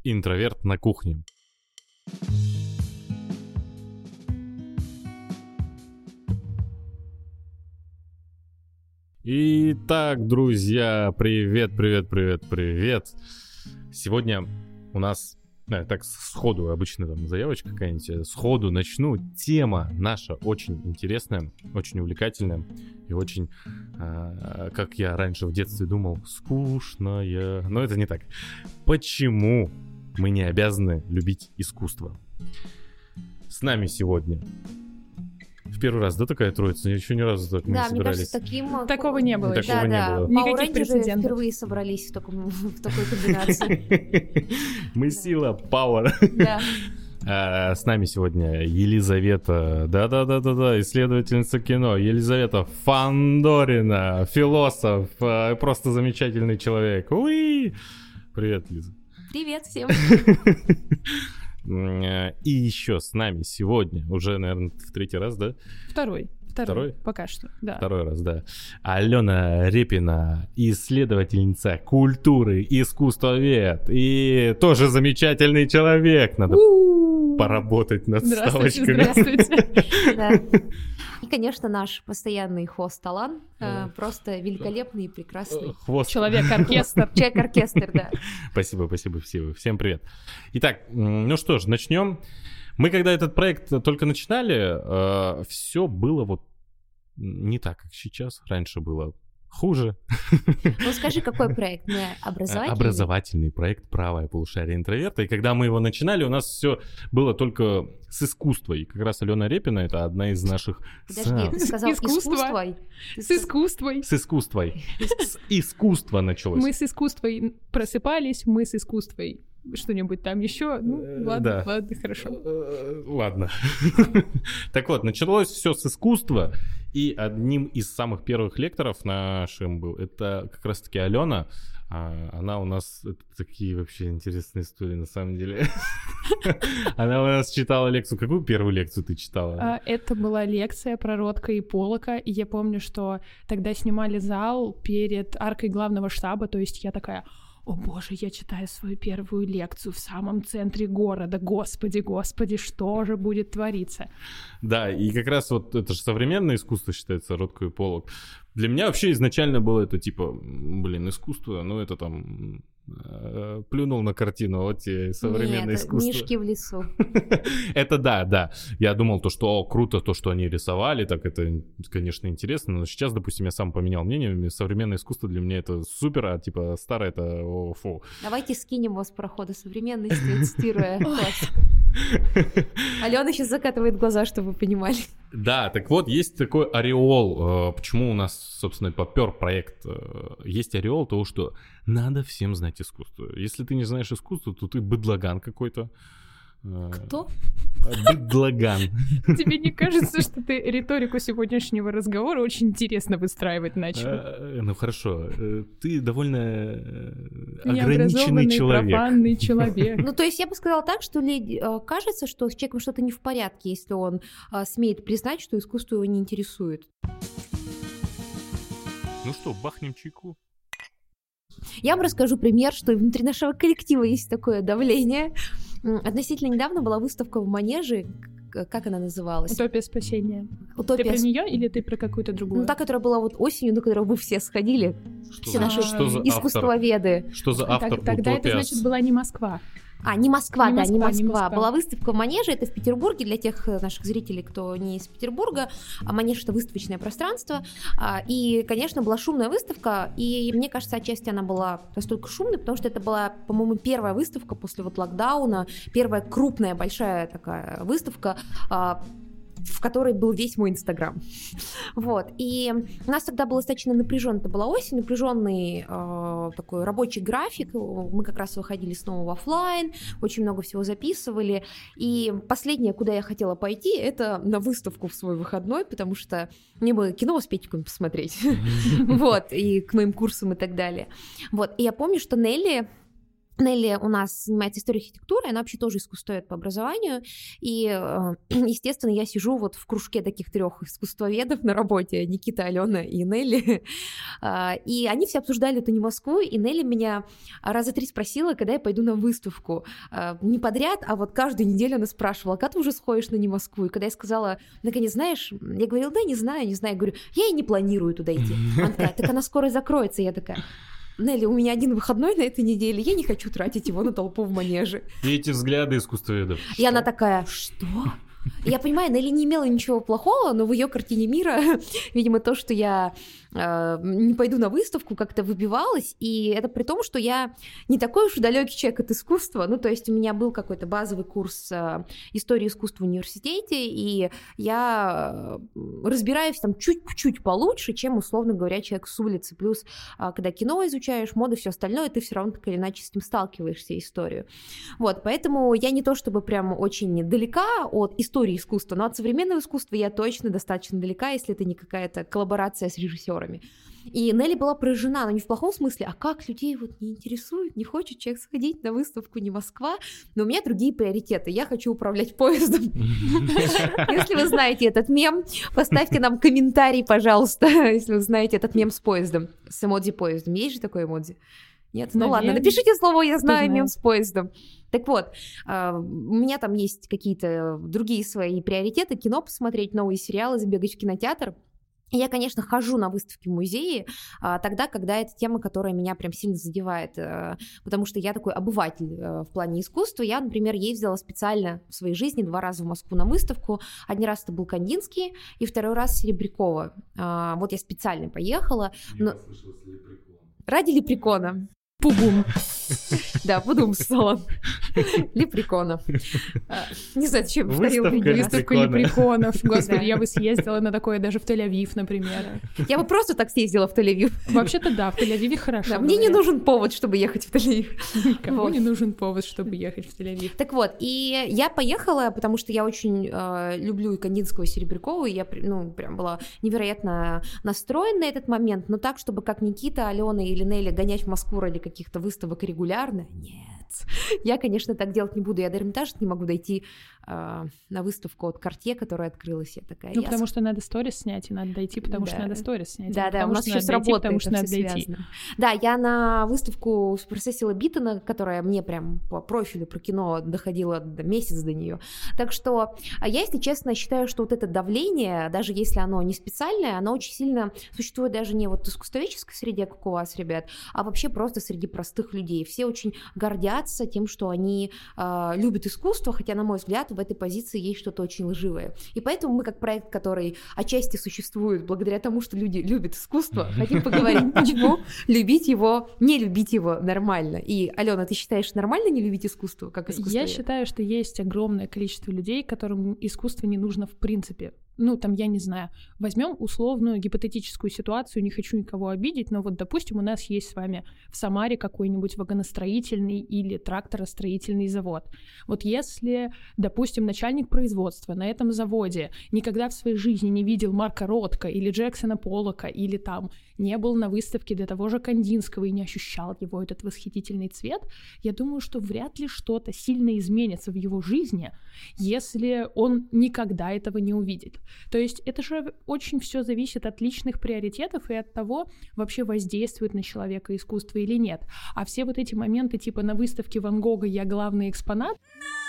Интроверт на кухне. Итак, друзья, привет. Сегодня у нас, так сходу, обычно там заявочка какая-нибудь, сходу начну. Тема наша очень интересная, очень увлекательная и очень, как я раньше в детстве думал, скучная. Но это не так. Почему мы не обязаны любить искусство? С нами сегодня... В первый раз, да, такая троица? Еще ни разу так не собирались. Да, мне кажется, такого не было. Такого не было. Никаких прецедентов. Впервые собрались в такой комбинации. Мы сила, power. Да. С нами сегодня Елизавета, да, исследовательница кино, Елизавета Фандорина, философ, просто замечательный человек. Уи! Привет, Лиза. Привет всем. И еще с нами сегодня, уже, наверное, в третий раз, да? Второй? Пока что, да. Второй раз, да. Алена Репина, исследовательница культуры, искусствовед и тоже замечательный человек. Надо поработать над вставочками. Здравствуйте. И, конечно, наш постоянный хост Алан, просто великолепный и прекрасный. Человек-оркестр. Человек-оркестр, да. Спасибо, всем привет. Итак, ну что ж, начнем. Мы, когда этот проект только начинали, все было вот не так, как сейчас. Раньше было хуже. Ну скажи, какой проект? Мы образовательный? Образовательный проект «Правое полушарие интроверта». И когда мы его начинали, у нас все было только с искусства. И как раз Алена Репина — это одна из наших... Подожди, ты сказал искусствой? С искусством. С искусством. С искусства началось. Мы с искусством просыпались, мы с искусством что-нибудь там еще. Ну, ладно, хорошо. Ладно. Так вот, началось все с искусства. И одним из самых первых лекторов нашим был, это как раз-таки Алена. Она у нас... Это такие вообще интересные истории, на самом деле. Она у нас читала лекцию. Какую первую лекцию ты читала? Это была лекция про Ротко и Поллока. И я помню, что тогда снимали зал перед аркой главного штаба. То есть я такая... О боже, я читаю свою первую лекцию в самом центре города. Господи, что же будет твориться? Да, и как раз вот это же современное искусство считается, Ротко и Поллок. Для меня вообще изначально было это типа, искусство, ну это там... плюнул на картину, вот тебе современное искусство. Мишки в лесу. Это да. Я думал, то, что круто, то, что они рисовали, так это, конечно, интересно, но сейчас, допустим, я сам поменял мнение, современное искусство для меня это супер, а типа старое это фу. Давайте скинем вас с парохода современности, цитируя классику. Алена сейчас закатывает глаза, чтобы вы понимали. Да, так вот, есть такой ореол, почему у нас, собственно, попер проект. Есть ореол того, что надо всем знать искусство. Если ты не знаешь искусство, то ты быдлаган какой-то. Кто? Быдлаган. Тебе не кажется, что ты риторику сегодняшнего разговора очень интересно выстраивать начал? Ну хорошо, ты довольно ограниченный человек. Профанный человек. Ну то есть я бы сказала так, что кажется, что с человеком что-то не в порядке, если он смеет признать, что искусство его не интересует. Ну что, бахнем чайку? Я вам расскажу пример, что внутри нашего коллектива есть такое давление. Относительно недавно была выставка в Манеже, как она называлась? «Утопия спасения». Утопия... Ты про нее или ты про какую-то другую? Ну, та, которая была вот осенью, на которую вы все сходили. Все наши искусствоведы. Что за автор Тогда это, значит, была не Москва. Не Москва. Была выставка в Манеже, это в Петербурге, для тех наших зрителей, кто не из Петербурга. Манеж — это выставочное пространство, и, конечно, была шумная выставка, и мне кажется, отчасти она была настолько шумной, потому что это была, по-моему, первая выставка после вот локдауна, первая крупная, большая такая выставка, в которой был весь мой Инстаграм. Вот. И у нас тогда было достаточно напряженно, это была осень, напряженный такой рабочий график. Мы как раз выходили снова в офлайн, очень много всего записывали. И последнее, куда я хотела пойти, это на выставку в свой выходной, потому что мне бы кино с Петиком посмотреть. Вот. И к моим курсам и так далее. Вот. И я помню, что Нелли Нелли у нас занимается историей архитектуры, она вообще тоже искусствовед по образованию, и, естественно, я сижу вот в кружке таких 3 искусствоведов на работе, Никита, Алена и Нелли, и они все обсуждали эту не Москву, и Нелли меня раза 3 спросила, когда я пойду на выставку, не подряд, а вот каждую неделю она спрашивала, когда ты уже сходишь на не Москву, и когда я сказала, наконец, знаешь, я говорила, да, не знаю, я говорю, я и не планирую туда идти, она такая, так она скоро закроется, я такая... Нелли, у меня 1 выходной на этой неделе, я не хочу тратить его на толпу в манеже. И эти взгляды искусствоведов. И она такая, что? Я понимаю, Нелли не имела ничего плохого, но в ее картине мира, видимо, то, что я не пойду на выставку, как-то выбивалось, и это при том, что я не такой уж далекий человек от искусства, ну, то есть у меня был какой-то базовый курс истории искусства в университете, и я разбираюсь там чуть-чуть получше, чем, условно говоря, человек с улицы, плюс, когда кино изучаешь, моду, все остальное, ты все равно так или иначе с этим сталкиваешься, историю. Вот, поэтому я не то чтобы прям очень далека от истории искусства, но от современного искусства я точно достаточно далека, если это не какая-то коллаборация с режиссерами. И Нелли была поражена, но не в плохом смысле, а как людей вот не интересует, не хочет человек сходить на выставку не Москва, но у меня другие приоритеты, я хочу управлять поездом. Если вы знаете этот мем, поставьте нам комментарий, пожалуйста, если вы знаете этот мем с поездом, с эмодзи-поездом. Есть же такой эмодзи? Нет? Ну ладно, напишите слово «я знаю мем с поездом». Так вот, у меня там есть какие-то другие свои приоритеты, кино посмотреть, новые сериалы, забегать в кинотеатр. Я, конечно, хожу на выставки в музеи тогда, когда это тема, которая меня прям сильно задевает, потому что я такой обыватель в плане искусства. Я, например, ездила специально в своей жизни 2 раза в Москву на выставку. 1 раз это был Кандинский, и 2 раз Серебрякова. Вот я специально поехала. Я слышала с Лепрекона. Ради Лепрекона. Пубум. Да, Пудум салон. Лепрекона. Не знаю, зачем повторил выставка лепреконов. Господи, я бы съездила на такое даже в Тель-Авив, например. Я бы просто так съездила в Тель-Авив. Вообще-то да, в Тель-Авиве хорошо. Да, мне не нужен повод, чтобы ехать в Тель-Авив. Никому не нужен повод, чтобы ехать в Тель-Авив. Так вот, и я поехала, потому что я очень люблю и Кандинского, и Серебрякова, и я прям была невероятно настроена на этот момент, но так, чтобы как Никита, Алена или Нелли гонять в Москву ради каких-то выставок регулярно, нет. Я, конечно, так делать не буду. Я до Эрмитажа не могу дойти на выставку от Cartier, которая открылась. Я такая, потому что надо сторис снять, и надо дойти, потому что надо сторис снять. Да, у нас еще с работой потому что надо дойти. Да, я на выставку Сила Биттона, которая мне прям по профилю про кино доходила месяц до нее. Так что я, если честно, считаю, что вот это давление, даже если оно не специальное, оно очень сильно существует даже не вот в искусствоведческой среде, как у вас, ребят, а вообще просто среди простых людей. Все очень гордятся тем, что они любят искусство, хотя, на мой взгляд, в этой позиции есть что-то очень лживое. И поэтому мы, как проект, который отчасти существует благодаря тому, что люди любят искусство, хотим поговорить, почему любить его, не любить его нормально. И, Алена, ты считаешь нормально не любить искусство, как искусство? Я считаю, что есть огромное количество людей, которым искусство не нужно в принципе. Ну, там, я не знаю, возьмем условную гипотетическую ситуацию, не хочу никого обидеть, но вот, допустим, у нас есть с вами в Самаре какой-нибудь вагоностроительный или тракторостроительный завод. Вот если, допустим, начальник производства на этом заводе никогда в своей жизни не видел Марка Ротко или Джексона Поллока, или там не был на выставке для того же Кандинского и не ощущал его этот восхитительный цвет, я думаю, что вряд ли что-то сильно изменится в его жизни, если он никогда этого не увидит. То есть это же очень все зависит от личных приоритетов и от того, вообще воздействует на человека искусство или нет. А все вот эти моменты, типа на выставке Ван Гога я главный экспонат,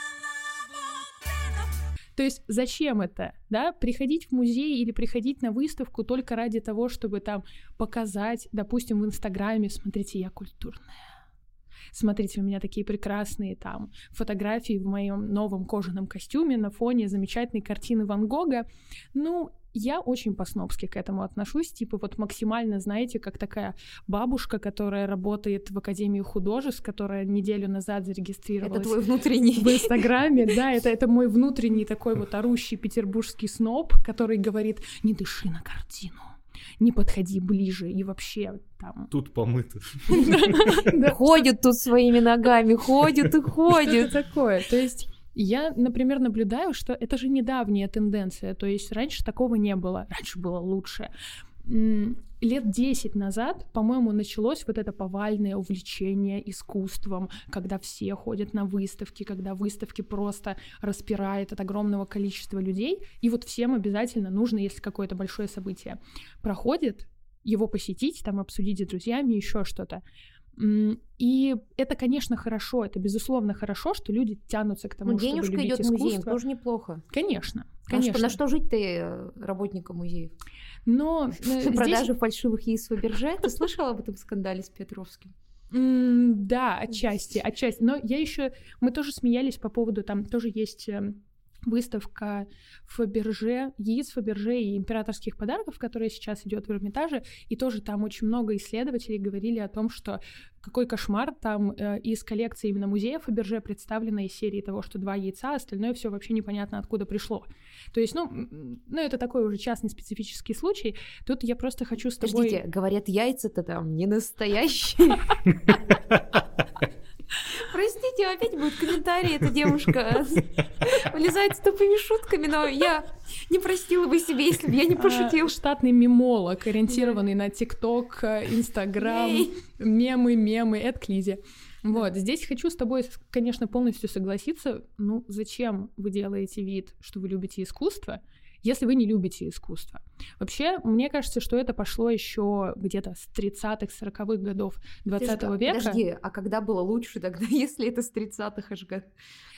то есть зачем это, да, приходить в музей или приходить на выставку только ради того, чтобы там показать, допустим, в Инстаграме, смотрите, я культурная. Смотрите, у меня такие прекрасные там фотографии в моем новом кожаном костюме на фоне замечательной картины Ван Гога. Ну, я очень по-снобски к этому отношусь, типа вот максимально, знаете, как такая бабушка, которая работает в Академии художеств, которая неделю назад зарегистрировалась. Это твой внутренний. В Инстаграме, да, это мой внутренний такой вот орущий петербургский сноб, который говорит: не дыши на картину, не подходи ближе, и вообще там... Тут помыто. Ходят тут своими ногами, ходят и ходят. Что-то такое, то есть... Я, например, наблюдаю, что это же недавняя тенденция, то есть раньше такого не было, раньше было лучше. лет 10 назад, по-моему, началось вот это повальное увлечение искусством, когда все ходят на выставки, когда выставки просто распирают от огромного количества людей, и вот всем обязательно нужно, если какое-то большое событие проходит, его посетить, там обсудить с друзьями, еще что-то. И это, конечно, хорошо, это, безусловно, хорошо, что люди тянутся к тому, чтобы любить искусство. Денежка идет музеям, тоже неплохо. Конечно. На что жить-то работникам музеев? Но продажи фальшивых яиц в Фаберже. Ты слышала об этом скандале с Петровским? Да, отчасти. Но мы тоже смеялись по поводу, там тоже есть выставка Фаберже, яиц Фаберже и императорских подарков, которая сейчас идет в Эрмитаже, и тоже там очень много исследователей говорили о том, что какой кошмар, там из коллекции именно музея Фаберже представлена из серии того, что 2 яйца, остальное все вообще непонятно откуда пришло. То есть, это такой уже частный специфический случай. Тут я просто хочу с тобой... Подождите, говорят, яйца-то там не настоящие. Простите, опять будет комментарий, эта девушка влезает с тупыми шутками, но я не простила бы себе, если бы я не пошутила. Штатный мемолог, ориентированный на ТикТок, Инстаграм, мемы, это Клизи. Вот, здесь хочу с тобой, конечно, полностью согласиться. Зачем вы делаете вид, что вы любите искусство, если вы не любите искусство? Вообще, мне кажется, что это пошло еще где-то с 30-х, 40-х годов 20 века. Подожди, а когда было лучше тогда, если это с 30-х аж годов?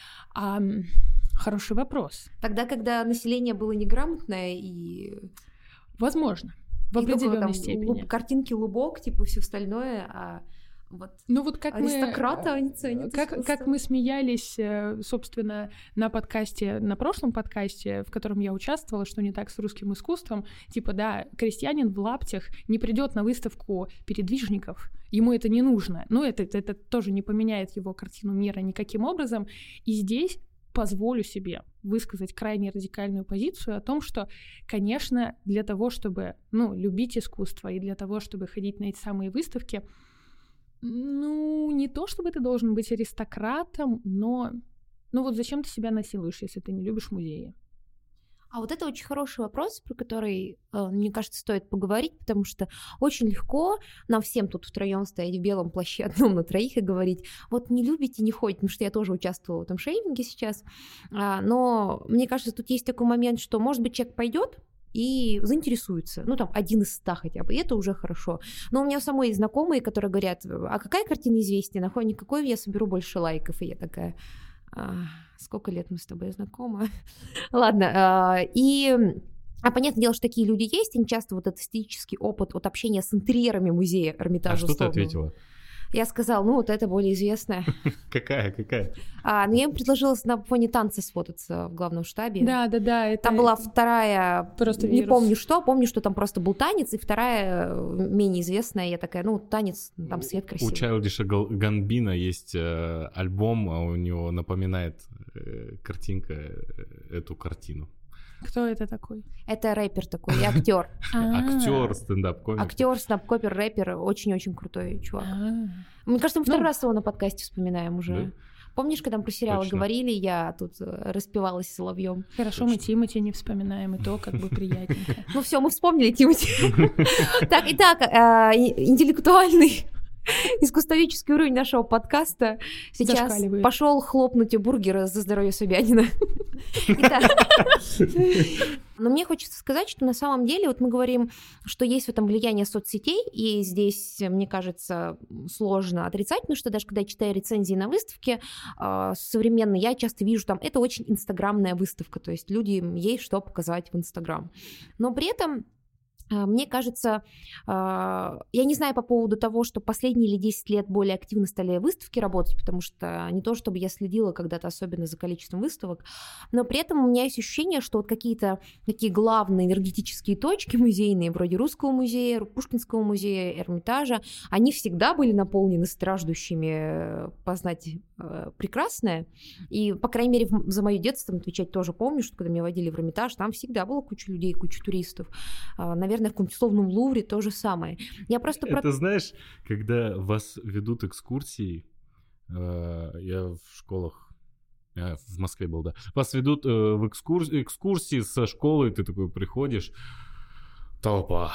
Хороший вопрос. Тогда, когда население было неграмотное и... Возможно, в определенной степени. Картинки, лубок, типа все остальное, как аристократы, они ценят искусство. Как мы смеялись, собственно, на прошлом подкасте, в котором я участвовала, что не так с русским искусством, крестьянин в лаптях не придет на выставку передвижников, ему это не нужно, это тоже не поменяет его картину мира никаким образом, и здесь позволю себе высказать крайне радикальную позицию о том, что, конечно, для того, чтобы, любить искусство и для того, чтобы ходить на эти самые выставки, не то чтобы ты должен быть аристократом, но зачем ты себя насилуешь, если ты не любишь музеи? А вот это очень хороший вопрос, про который, мне кажется, стоит поговорить, потому что очень легко нам всем тут втроем стоять в белом плаще одном на троих и говорить, вот не любите, не ходите, потому что я тоже участвовала в этом шейминге сейчас, но мне кажется, тут есть такой момент, что, может быть, человек пойдет и заинтересуется, 1 из 100 хотя бы, и это уже хорошо. Но у меня самой знакомые, которые говорят, а какая картина известнее, никакой я соберу больше лайков, и я такая, сколько лет мы с тобой знакомы? Ладно, понятное дело, что такие люди есть, они часто этот эстетический опыт от общения с интерьерами музея Эрмитажа. А что ты ответила? Я сказала, это более известная. Какая? Я им предложила на фоне танца сфотаться в главном штабе. Да. Там была вторая, просто не помню, что там просто был танец, и вторая, менее известная, я такая, танец, там свет красивый. У Чайлдиша Гамбина есть альбом, а у него напоминает картинка эту картину. Кто это такой? Это рэпер такой, и актер. Актер, стендап-комик. Актер, стендап-комик, рэпер, очень-очень крутой чувак. Мне кажется, мы второй раз его на подкасте вспоминаем уже. Помнишь, когда мы про сериалы говорили, я тут распевалась соловьем. Хорошо, мы Тимати не вспоминаем, и то как бы приятненько. Все, мы вспомнили Тимати. Итак, интеллектуальный искусствоведческий уровень нашего подкаста сейчас пошел хлопнуть бургер за здоровье Собянина. Но мне хочется сказать, что на самом деле вот мы говорим, что есть в этом влияние соцсетей, и здесь, мне кажется, сложно отрицать, потому что даже когда я читаю рецензии на выставке современные, я часто вижу там, это очень инстаграмная выставка, то есть людям есть что показать в Инстаграм. Но при этом мне кажется, я не знаю по поводу того, что последние или 10 лет более активно стали выставки работать, потому что не то, чтобы я следила когда-то особенно за количеством выставок, но при этом у меня есть ощущение, что вот какие-то такие главные энергетические точки музейные, вроде Русского музея, Пушкинского музея, Эрмитажа, они всегда были наполнены страждущими познать прекрасное. И, по крайней мере, за мое детство, отвечать тоже помню, что когда меня водили в Эрмитаж, там всегда было куча людей, куча туристов. Наверное, в каком-то условном Лувре то же самое. Я просто знаешь, когда вас ведут экскурсии, я в школах, в Москве был, да, вас ведут в экскурсии со школы, ты такой приходишь, толпа,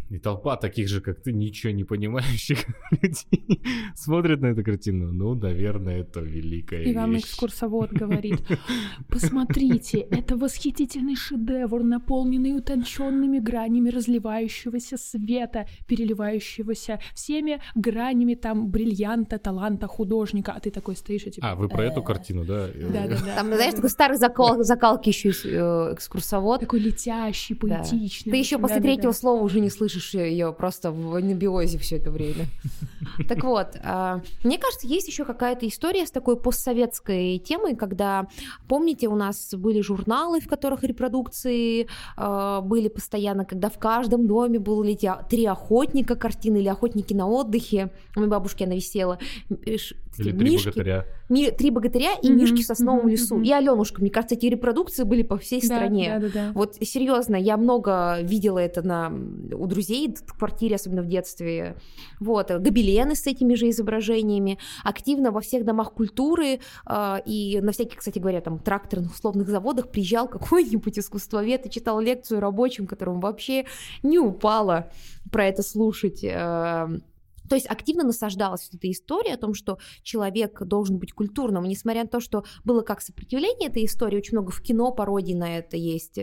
и толпа таких же, как ты, ничего не понимающих людей смотрит на эту картину. Ну, наверное, это великая И вам вещь. экскурсовод говорит: посмотрите, это восхитительный шедевр, наполненный утонченными гранями разливающегося света, переливающегося всеми гранями там бриллианта, таланта художника. А ты такой стоишь и типа... Вы про эту картину, да? Да-да-да. Там, знаешь, такой старый закалки еще экскурсовод. Такой летящий, поэтичный. Ты еще после третьего слова уже не слышишь ее просто в анабиозе все это время. Так вот, мне кажется, есть еще какая-то история с такой постсоветской темой, когда, помните, у нас были журналы, в которых репродукции были постоянно, когда в каждом доме были эти 3 охотника картины или охотники на отдыхе. У моей бабушки она висела. Или 3 богатыря. 3 богатыря и Мишки в сосновом лесу. И Аленушка. Мне кажется, эти репродукции были по всей стране. Да. Вот серьезно, я много видела это у друзей в квартире, особенно в детстве. Вот, гобелены с этими же изображениями. Активно во всех домах культуры и на всяких, кстати говоря, там тракторных условных заводах приезжал какой-нибудь искусствовед и читал лекцию рабочим, которому вообще не упало про это слушать. То есть активно насаждалась вот эта история о том, что человек должен быть культурным, несмотря на то, что было как сопротивление этой истории, очень много в кино пародий на это есть.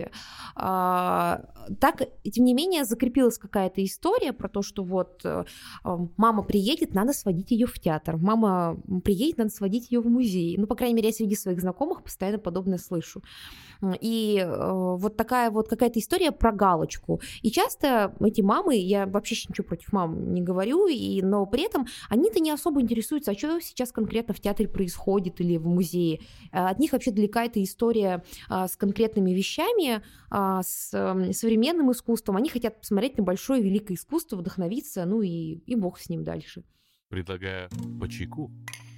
Так, тем не менее, закрепилась какая-то история про то, что вот мама приедет, надо сводить ее в театр, мама приедет, надо сводить ее в музей. Ну, по крайней мере, я среди своих знакомых постоянно подобное слышу. И вот такая вот какая-то история про галочку. И часто эти мамы, я вообще ничего против мам не говорю, но при этом они-то не особо интересуются, а что сейчас конкретно в театре происходит или в музее. От них вообще далека эта история с конкретными вещами, с современным искусством. Они хотят посмотреть на большое великое искусство, вдохновиться, ну и бог с ним дальше. Предлагаю по чайку.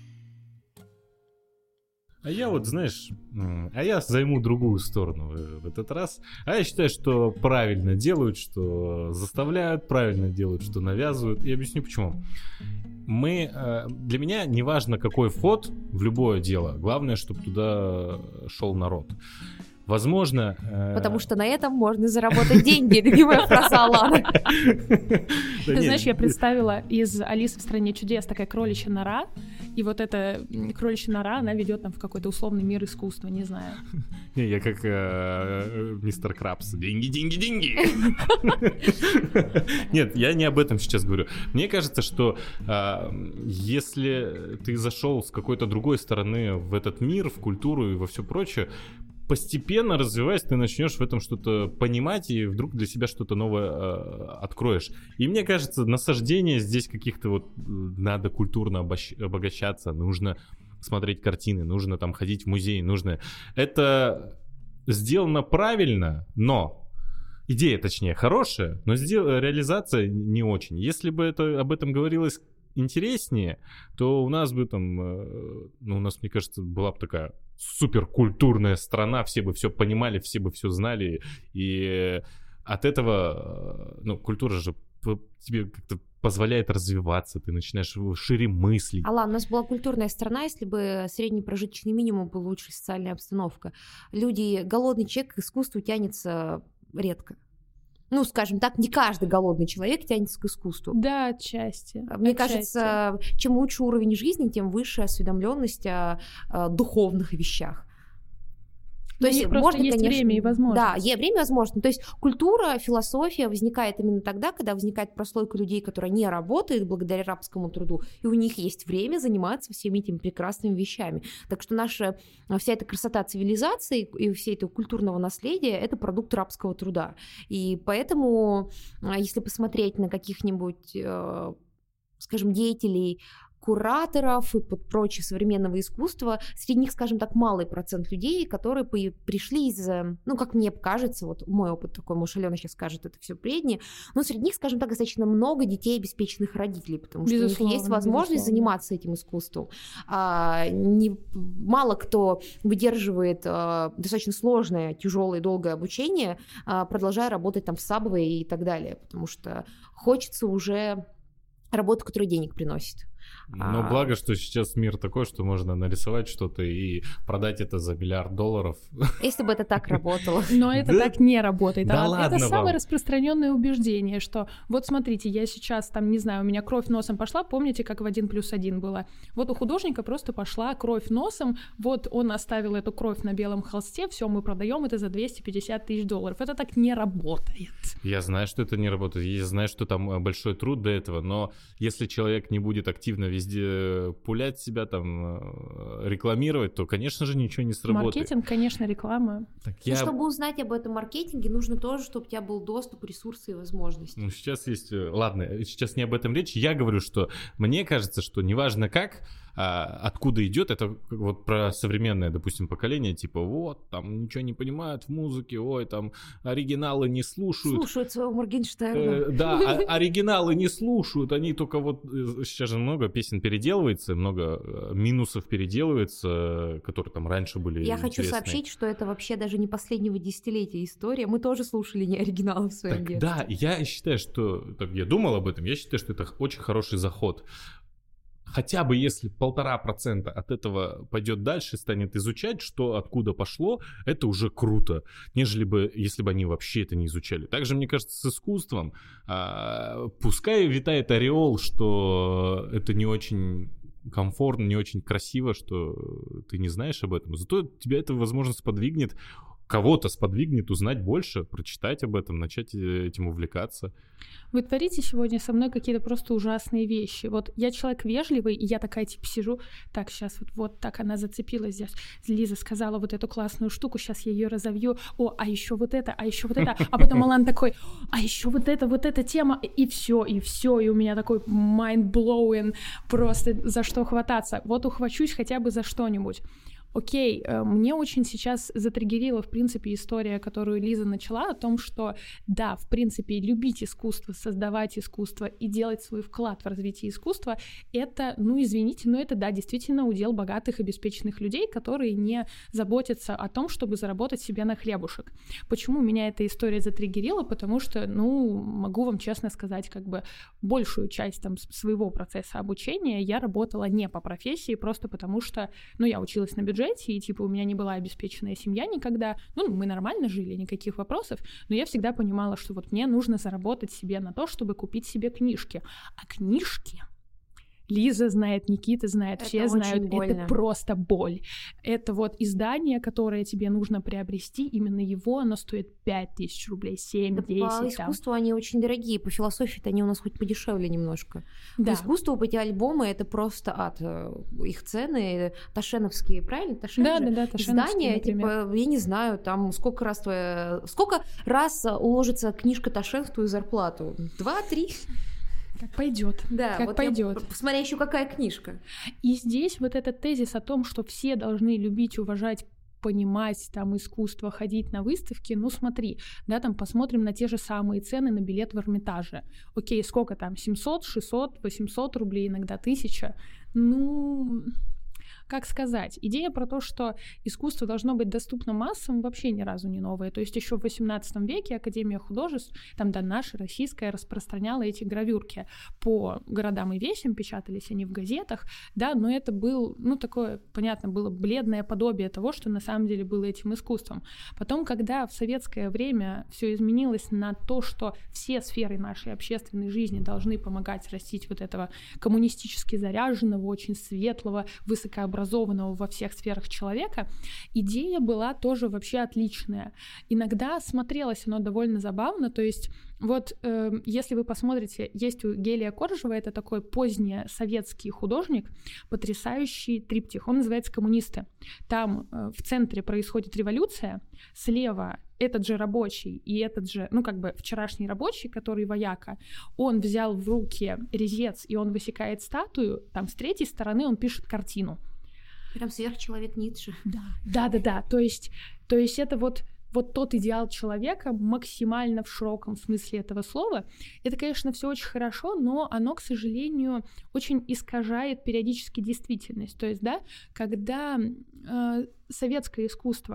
А я вот, знаешь, я займу другую сторону в этот раз. А я считаю, что правильно делают, что заставляют, правильно делают, что навязывают. И объясню почему. Для меня не важно, какой вход в любое дело. Главное, чтобы туда шел народ. Возможно... Потому что на этом можно заработать деньги, любимая фраза Алана. Ты знаешь, я представила из «Алисы в стране чудес» такая кроличья нора, и вот эта кроличья нора, она ведет там в какой-то условный мир искусства, не знаю. Не, я как мистер Крабс. Деньги, деньги, деньги! Нет, я не об этом сейчас говорю. Мне кажется, что если ты зашел с какой-то другой стороны в этот мир, в культуру и во все прочее, постепенно развиваясь, ты начнешь в этом что-то понимать и вдруг для себя что-то новое откроешь. И мне кажется, насаждение здесь каких-то вот надо культурно обогащаться, нужно смотреть картины, нужно там ходить в музей, нужно... Это сделано правильно, но... Идея, точнее, хорошая, но реализация не очень. Если бы об этом говорилось интереснее, то у нас бы там, у нас, мне кажется, была бы такая суперкультурная страна, все бы все понимали, все бы все знали, и от этого, культура же тебе как-то позволяет развиваться, ты начинаешь шире мыслить. Алан, у нас была культурная страна, если бы средний прожиточный минимум был лучше, социальная обстановка. Голодный человек к искусству тянется редко. Ну, скажем так, не каждый голодный человек тянется к искусству. Да, отчасти. Мне кажется, чем лучше уровень жизни, тем выше осведомленность о духовных вещах. То есть можно, есть конечно, время и возможность. Да, время и возможность. То есть культура, философия возникает именно тогда, когда возникает прослойка людей, которая не работает благодаря рабскому труду, и у них есть время заниматься всеми этими прекрасными вещами. Так что наша вся эта красота цивилизации и все это культурного наследия — это продукт рабского труда. И поэтому, если посмотреть на каких-нибудь, скажем, деятелей, кураторов и прочее современного искусства, среди них, скажем так, малый процент людей, которые пришли из, как мне кажется, вот мой опыт такой, может, Алена сейчас скажет, это все бредни, но среди них, скажем так, достаточно много детей обеспеченных родителей, потому что у них есть возможность заниматься этим искусством. Мало кто выдерживает достаточно сложное, тяжелое, долгое обучение, продолжая работать там в Subway и так далее, потому что хочется уже работу, которая денег приносит. Но благо, что сейчас мир такой, что можно нарисовать что-то и продать это за $1 миллиард. Если бы это так работало. Но это так не работает. Да ладно это вам. самое распространенное убеждение, что вот смотрите, я сейчас там, не знаю, у меня кровь носом пошла, помните, как в 1+1 было? Вот у художника просто пошла кровь носом, вот он оставил эту кровь на белом холсте, все, мы продаем это за $250 тысяч. Это так не работает. Я знаю, что это не работает, я знаю, что там большой труд до этого, но если человек не будет активно везде пулять себя, там, рекламировать, то, конечно же, ничего не сработает. Маркетинг, конечно, реклама. Чтобы узнать об этом маркетинге, нужно тоже, чтобы у тебя был доступ, ресурсы и возможности. Ну, сейчас есть... Ладно, сейчас не об этом речь. Я говорю, что мне кажется, что неважно как, откуда идет, это вот про современное, допустим, поколение, типа, вот, там, ничего не понимают в музыке, ой, там, оригиналы не слушают. Слушают своего Моргенштерна. Да, оригиналы не слушают, они только вот... Сейчас же много песен переделывается, много минусов переделывается, которые там раньше были Я хочу сообщить, что это вообще даже не последнего десятилетия история. Мы тоже слушали не оригиналы в своем детстве. Да, я считаю, что... Я думал об этом, я считаю, что это очень хороший заход. Хотя бы если 1,5% от этого пойдет дальше, станет изучать, что откуда пошло, это уже круто, нежели бы, если бы они вообще это не изучали. Также, мне кажется, с искусством, пускай витает ореол, что это не очень комфортно, не очень красиво, что ты не знаешь об этом, зато тебя это, возможно, сподвигнет, кого-то сподвигнет узнать больше, прочитать об этом, начать этим увлекаться. Вы творите сегодня со мной какие-то просто ужасные вещи. Вот я человек вежливый, и я такая типа сижу, так, сейчас вот так она зацепилась здесь. Лиза сказала вот эту классную штуку, сейчас я ее разовью. А еще вот это, а потом Алан такой, а еще вот эта тема, и все, и у меня такой mind-blowing, просто за что хвататься. Вот ухвачусь хотя бы за что-нибудь. Окей, мне очень сейчас затриггерила, в принципе, история, которую Лиза начала, о том, что, да, в принципе, любить искусство, создавать искусство и делать свой вклад в развитие искусства, это, ну, извините, но это, да, действительно удел богатых, обеспеченных людей, которые не заботятся о том, чтобы заработать себе на хлебушек. Почему меня эта история затриггерила? Потому что, ну, могу вам честно сказать, как бы большую часть там своего процесса обучения я работала не по профессии, просто потому что, ну, я училась на бюджете, и, типа, у меня не была обеспеченная семья никогда. Ну, мы нормально жили, никаких вопросов, но я всегда понимала, что вот мне нужно заработать себе на то, чтобы купить себе книжки. А книжки... Лиза знает, Никита знает, это все знают, больно. это просто боль. Это вот издание, которое тебе нужно приобрести, именно его, оно стоит 5000 рублей, 7, да 10. По искусству там. Они очень дорогие, по философии-то они у нас хоть подешевле немножко. Да. По искусству эти альбомы, это просто ад. Их цены ташеновские, правильно? Ташен да, же? Да, издания, типа, я не знаю, там сколько раз уложится книжка Ташен в твою зарплату? 2-3? Как пойдет. Да, как вот пойдет. Смотря еще какая книжка. И здесь вот этот тезис о том, что все должны любить, уважать, понимать там искусство, ходить на выставки, ну смотри, да, там посмотрим на те же самые цены на билет в Эрмитаже. Окей, сколько там, 700, 600, 800 рублей, иногда 1000. Ну... Как сказать, идея про то, что искусство должно быть доступно массам, вообще ни разу не новая. То есть еще в 18 веке Академия художеств, там, да, наша, российская, распространяла эти гравюрки по городам и весям, печатались они в газетах, да, но это был, ну, такое, понятно, было бледное подобие того, что на самом деле было этим искусством. Потом, когда в советское время все изменилось на то, что все сферы нашей общественной жизни должны помогать растить вот этого коммунистически заряженного, очень светлого, высокообразованного во всех сферах человека, идея была тоже вообще отличная. Иногда смотрелось оно довольно забавно, то есть вот если вы посмотрите, есть у Гелия Коржева, это такой поздний советский художник, потрясающий триптих, он называется «Коммунисты». Там в центре происходит революция, слева этот же рабочий и этот же, ну как бы вчерашний рабочий, который вояка, он взял в руки резец и он высекает статую, там с третьей стороны он пишет картину. Прям сверхчеловек Ницше. Да. То есть это вот тот идеал человека максимально в широком смысле этого слова. Это, конечно, все очень хорошо, но оно, к сожалению, очень искажает периодически действительность. То есть, да, когда советское искусство,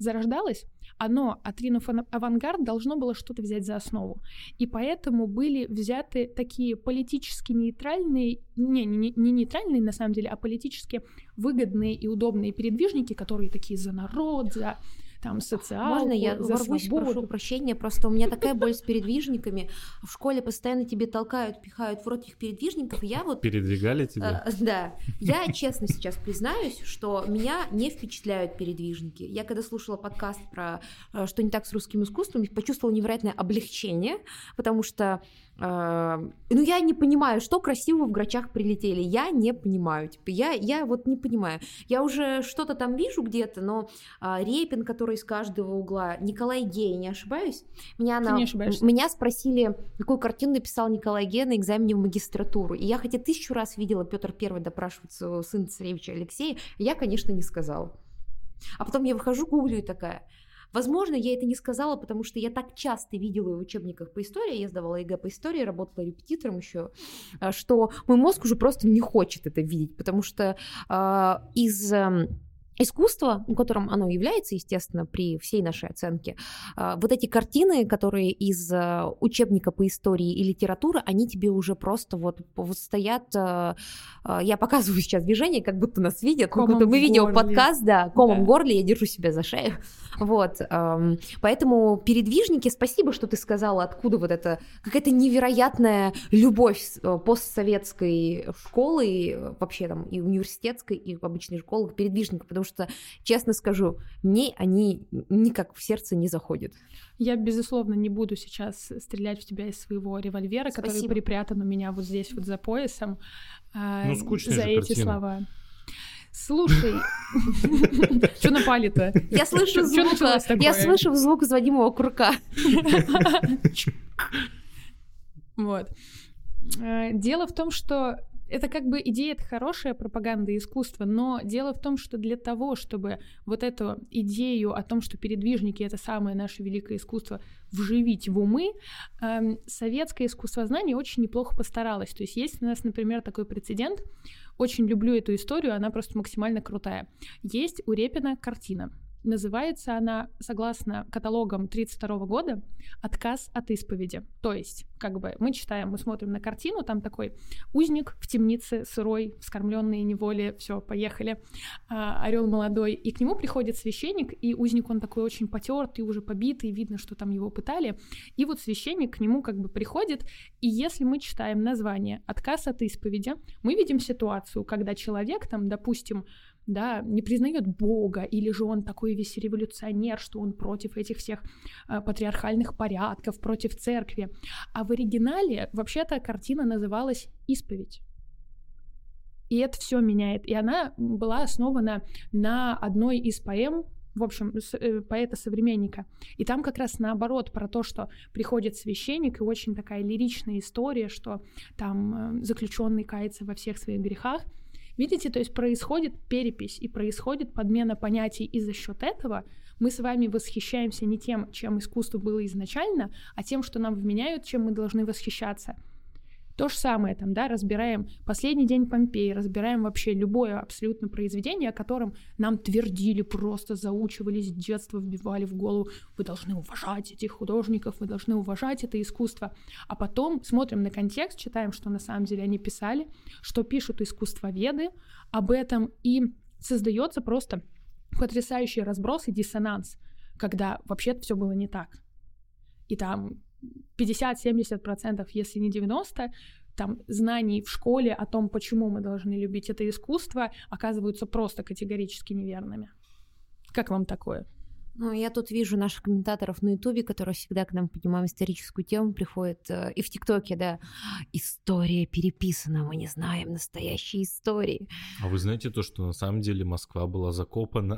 зарождалось, оно, отринув авангард, должно было что-то взять за основу. И поэтому были взяты такие политически нейтральные, не нейтральные на самом деле, а политически выгодные и удобные передвижники, которые такие за народ, за там социалку, можно я ворвусь, прошу прощения, просто у меня такая боль с передвижниками. В школе постоянно тебе толкают, пихают в рот этих передвижников. Я вот... Передвигали тебя? Да. Я честно сейчас признаюсь, что меня не впечатляют передвижники. Я когда слушала подкаст про «Что не так с русским искусством», почувствовала невероятное облегчение, потому что я не понимаю, что красивого в Грачах прилетели. Я не понимаю. Типа, я вот не понимаю. Я уже что-то там вижу где-то, но Репин, который из каждого угла, Николай Гей, не ошибаюсь? Меня спросили, какую картину написал Николай Гей на экзамене в магистратуру. И я хотя 1000 раз видела Петр I допрашивать своего сына царевича Алексея, я, конечно, не сказала. А потом я выхожу, гуглю и такая... Возможно, я это не сказала, потому что я так часто видела в учебниках по истории, я сдавала ЕГЭ по истории, работала репетитором еще, что мой мозг уже просто не хочет это видеть, потому что из искусства, которым оно является, естественно, при всей нашей оценке, вот эти картины, которые из учебника по истории и литературы, они тебе уже просто вот стоят, я показываю сейчас движение, как будто нас видят, как будто мы видеоподкаст, да, комом в горле, я держу себя за шею, вот, поэтому передвижники, спасибо, что ты сказала, откуда вот эта какая-то невероятная любовь постсоветской школы, вообще там и университетской, и обычной школы к передвижникам, потому что, честно скажу, мне они никак в сердце не заходят. Я, безусловно, не буду сейчас стрелять в тебя из своего револьвера, который припрятан у меня вот здесь вот за поясом, за эти слова. Слушай, что напали-то? Я слышу звук взводимого курка. Вот. Дело в том, что это как бы идея, это хорошая пропаганда искусства, но дело в том, что для того, чтобы вот эту идею о том, что передвижники — это самое наше великое искусство, вживить в умы, советское искусствознание очень неплохо постаралось. То есть есть у нас, например, такой прецедент, очень люблю эту историю, она просто максимально крутая. Есть у Репина картина. Называется она, согласно каталогам 1932 года, «Отказ от исповеди». То есть, как бы мы читаем, мы смотрим на картину, там такой узник в темнице, сырой, вскормленный неволе, все, поехали, орел молодой, и к нему приходит священник, и узник, он такой очень потертый, уже побитый, видно, что там его пытали, и вот священник к нему как бы приходит, и если мы читаем название «Отказ от исповеди», мы видим ситуацию, когда человек там, допустим, да, не признает Бога, или же он такой весь революционер, что он против этих всех патриархальных порядков, против церкви. А в оригинале вообще-то картина называлась «Исповедь». И это все меняет. И она была основана на одной из поэм, в общем, поэта-современника. И там как раз наоборот про то, что приходит священник, и очень такая лиричная история, что там заключенный кается во всех своих грехах. Видите, то есть происходит перепись и происходит подмена понятий, и за счет этого мы с вами восхищаемся не тем, чем искусство было изначально, а тем, что нам вменяют, чем мы должны восхищаться. То же самое там, да, разбираем «Последний день Помпеи», разбираем вообще любое абсолютно произведение, о котором нам твердили, просто заучивали с детства, вбивали в голову: вы должны уважать этих художников, вы должны уважать это искусство. А потом смотрим на контекст, читаем, что на самом деле они писали, что пишут искусствоведы об этом, и создается просто потрясающий разброс и диссонанс, когда вообще-то все было не так. И там 50-70%, если не 90%, там, знаний в школе о том, почему мы должны любить это искусство, оказываются просто категорически неверными. Как вам такое? Ну, я тут вижу наших комментаторов на Ютубе, которые всегда к нам поднимаем историческую тему, приходят, и в ТикТоке, да, история переписана, мы не знаем настоящей истории. А вы знаете то, что на самом деле Москва была закопана?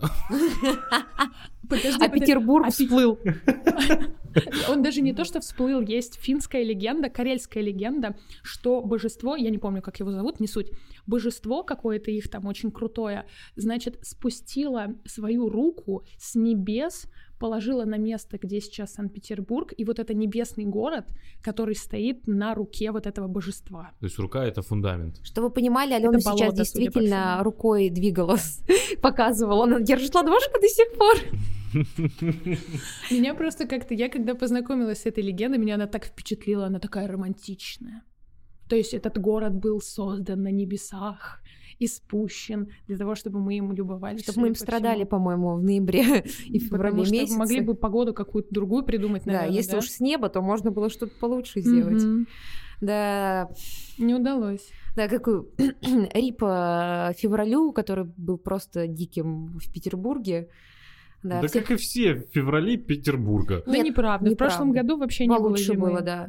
А Петербург всплыл. Он даже не то, что всплыл, есть финская легенда, карельская легенда, что божество, я не помню, как его зовут, не суть, божество какое-то их там очень крутое, значит, спустило свою руку с небес, положила на место, где сейчас Санкт-Петербург, и вот это небесный город, который стоит на руке вот этого божества. То есть рука — это фундамент. Чтобы вы понимали, Алена сейчас болото, действительно рукой двигалась, показывала, она держит ладошку до сих пор. Меня просто как-то... Я когда познакомилась с этой легендой, меня она так впечатлила, она такая романтичная. То есть этот город был создан на небесах и спущен для того, чтобы мы им любовались. Чтобы мы им страдали, по-моему, в ноябре и феврале месяце. Потому что могли бы погоду какую-то другую придумать, наверное. Да, если уж с неба, то можно было что-то получше сделать. Да. Не удалось. Да, какой рип февралю, который был просто диким в Петербурге. Да, как и все в феврале Петербурга. Да неправда. В прошлом году вообще не было зимы. Было, да.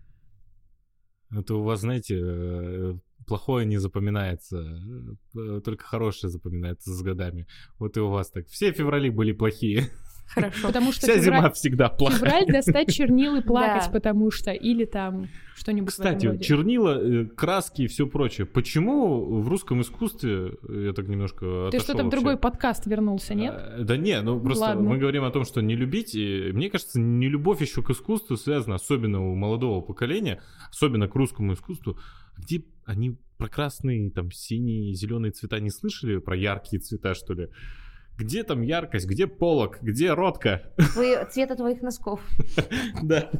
Это у вас, знаете, плохое не запоминается, только хорошее запоминается с годами. Вот и у вас так. Все феврали были плохие. Хорошо. Потому что вся зима всегда плохая. Февраль достать чернил и плакать, потому что... Или там что-нибудь в этом роде. Кстати, чернила, краски и все прочее. Почему в русском искусстве, я так немножко отошел... Ты что-то в другой подкаст вернулся, нет? Да не, ну просто мы говорим о том, что не любить. И, мне кажется, нелюбовь еще к искусству связана, особенно у молодого поколения, особенно к русскому искусству, где они про красные, там, синие, зеленые цвета не слышали, про яркие цвета, что ли? Где там яркость, где полог, где ротка? Цвета твоих носков. Да.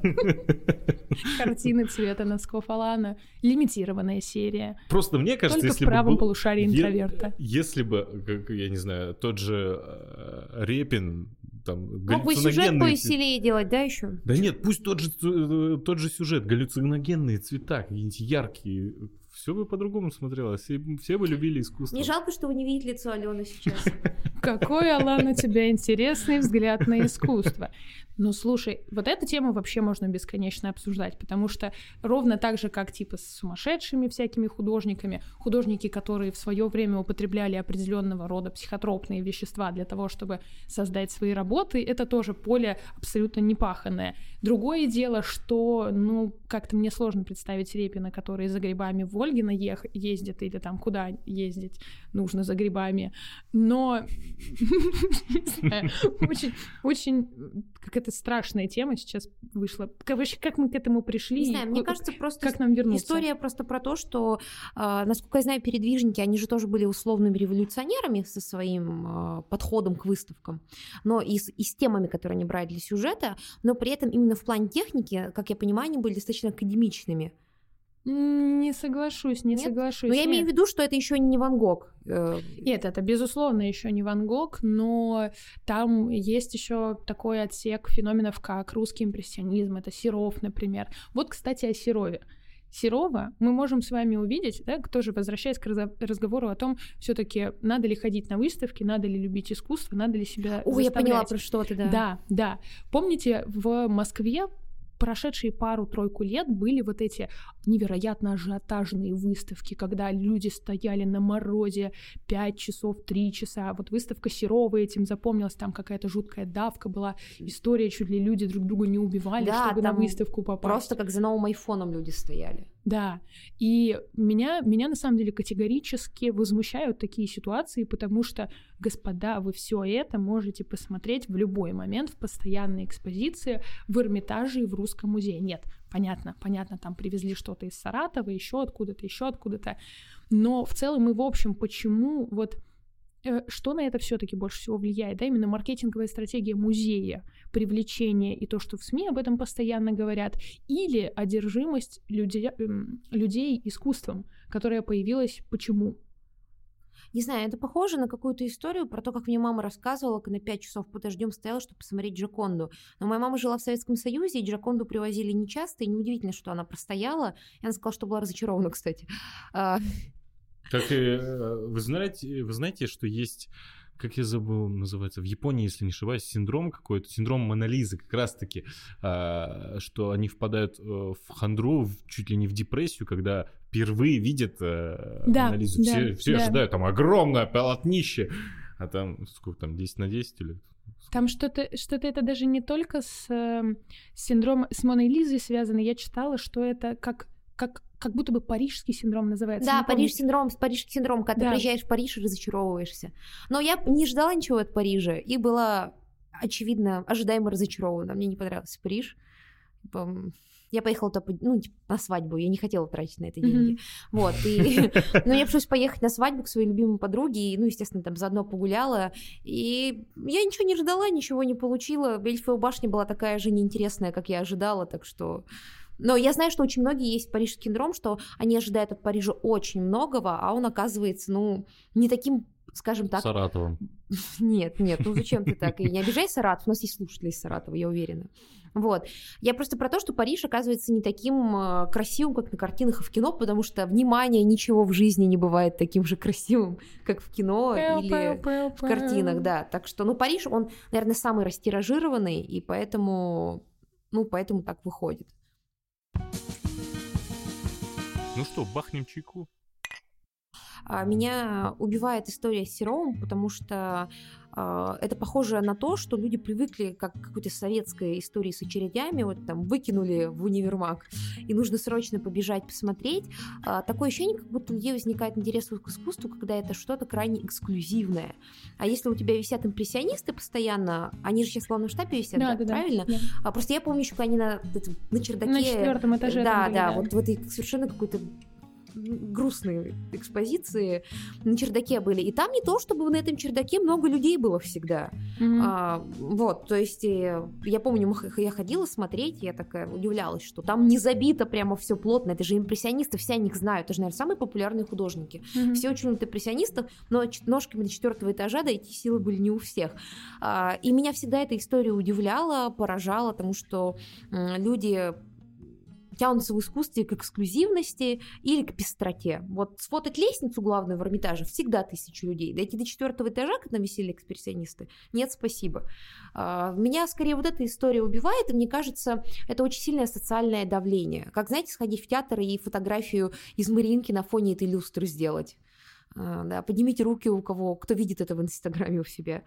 Картины цвета носков Алана. Лимитированная серия. Просто мне кажется, только если в правом бы полушарии интроверта. Если бы, я не знаю, тот же Репин, там, мог бы сюжет повеселее делать, да, еще? Да нет, пусть тот же сюжет, галлюциногенные цвета, какие-нибудь яркие. Все бы по-другому смотрелось, все бы любили искусство. Не жалко, что вы не видите лицо Алены сейчас. Какой, Алан, у тебя интересный взгляд на искусство. Ну, слушай, вот эту тему вообще можно бесконечно обсуждать, потому что ровно так же, как типа с сумасшедшими всякими художниками, художники, которые в свое время употребляли определенного рода психотропные вещества для того, чтобы создать свои работы, это тоже поле абсолютно непаханное. Другое дело, что, ну, как-то мне сложно представить Репина, который за грибами в Ольгино ездит, или там куда ездить нужно за грибами, но очень какая-то страшная тема сейчас вышла. Вообще, как мы к этому пришли? Не знаю, мне кажется, просто как нам вернуться? История просто про то, что, насколько я знаю, передвижники, они же тоже были условными революционерами со своим подходом к выставкам, но и с темами, которые они брали для сюжета, но при этом именно в плане техники, как я понимаю, они были достаточно академичными. Не соглашусь. Но я имею в виду, что это еще не Ван Гог. Нет, это безусловно еще не Ван Гог, но там есть еще такой отсек феноменов, как русский импрессионизм, это Серов, например. Вот, кстати, о Серове. Серова мы можем с вами увидеть, да, тоже возвращаясь к разговору о том, все-таки надо ли ходить на выставки, надо ли любить искусство, надо ли себя заставлять. Я поняла, про что ты, да. Да. Помните, в Москве прошедшие пару-тройку лет были вот эти невероятно ажиотажные выставки, когда люди стояли на морозе 5 часов, 3 часа. Вот выставка Серова этим запомнилась, там какая-то жуткая давка была, история, чуть ли люди друг друга не убивали, да, чтобы на выставку попасть. Просто как за новым айфоном люди стояли. Да, и меня на самом деле категорически возмущают такие ситуации, потому что, господа, вы все это можете посмотреть в любой момент в постоянной экспозиции в Эрмитаже и в Русском музее. Нет, понятно, там привезли что-то из Саратова, еще откуда-то, но в целом и в общем, почему вот что на это все-таки больше всего влияет, да, именно маркетинговая стратегия музея, привлечение и то, что в СМИ об этом постоянно говорят, или одержимость людей искусством, которая появилась почему? Не знаю, это похоже на какую-то историю про то, как мне мама рассказывала, как на 5 часов под дождем стояла, чтобы посмотреть Джоконду. Но моя мама жила в Советском Союзе, и Джоконду привозили нечасто, и неудивительно, что она простояла. И она сказала, что была разочарована, кстати. Как вы знаете, что есть, как я забыл, называется, в Японии, если не ошибаюсь, синдром Мона Лизы, как раз-таки, что они впадают в хандру, чуть ли не в депрессию, когда впервые видят Мона Лизу. Все ожидают, там огромное полотнище, а там, сколько там, 10 на 10 или... Там что-то это даже не только с синдромом, с Моной Лизой связано, я читала, что это как будто бы парижский синдром называется. Да, парижский синдром, когда ты приезжаешь в Париж и разочаровываешься. Но я не ждала ничего от Парижа и была, очевидно, ожидаемо разочарована. Мне не понравился Париж. Я поехала на свадьбу, я не хотела тратить на это деньги. Вот, и мне пришлось поехать на свадьбу к своей любимой подруге, и, естественно, там заодно погуляла, и я ничего не ждала, ничего не получила. Эйфелева башня была такая же неинтересная, как я ожидала, так что... Но я знаю, что очень многие есть парижский синдром, что они ожидают от Парижа очень многого, а он оказывается, не таким, скажем так... Саратовым. Нет, зачем ты так? И не обижай Саратов, у нас есть слушатели из Саратова, я уверена. Вот. Я просто про то, что Париж оказывается не таким красивым, как на картинах и в кино, потому что, внимание, ничего в жизни не бывает таким же красивым, как в кино или в картинах, да. Так что, Париж, он, наверное, самый растиражированный, и поэтому так выходит. Ну что, бахнем чайку? Меня убивает история с Серовым, потому что это похоже на то, что люди привыкли как к какой-то советской истории с очередями, вот там выкинули в универмаг, и нужно срочно побежать посмотреть. Такое ощущение, как будто у людей возникает интерес к искусству, когда это что-то крайне эксклюзивное. А если у тебя висят импрессионисты постоянно, они же сейчас в главном штабе висят, да, правильно? Да. Просто я помню, что они на чердаке... На 4-м этаже. Да, вот в этой совершенно какой-то грустные экспозиции на чердаке были. И там не то, чтобы на этом чердаке много людей было всегда. Вот, то есть я помню, я ходила смотреть, я такая удивлялась, что там не забито прямо все плотно. Это же импрессионисты, все о них знают. Это же, наверное, самые популярные художники. Все очень любят импрессионистов, но ножками до 4-го этажа дойти силы были не у всех. И меня всегда эта история удивляла, поражала, потому что люди тянутся в искусстве к эксклюзивности или к пестроте. Вот сфотать лестницу главную в Эрмитаже всегда 1000 людей. Дойти до 4-го этажа, как там висели экспрессионисты, нет, спасибо. Меня скорее вот эта история убивает, и мне кажется, это очень сильное социальное давление. Как, знаете, сходить в театр и фотографию из Мариинки на фоне этой люстры сделать. Да, поднимите руки кто видит это в Инстаграме у себя.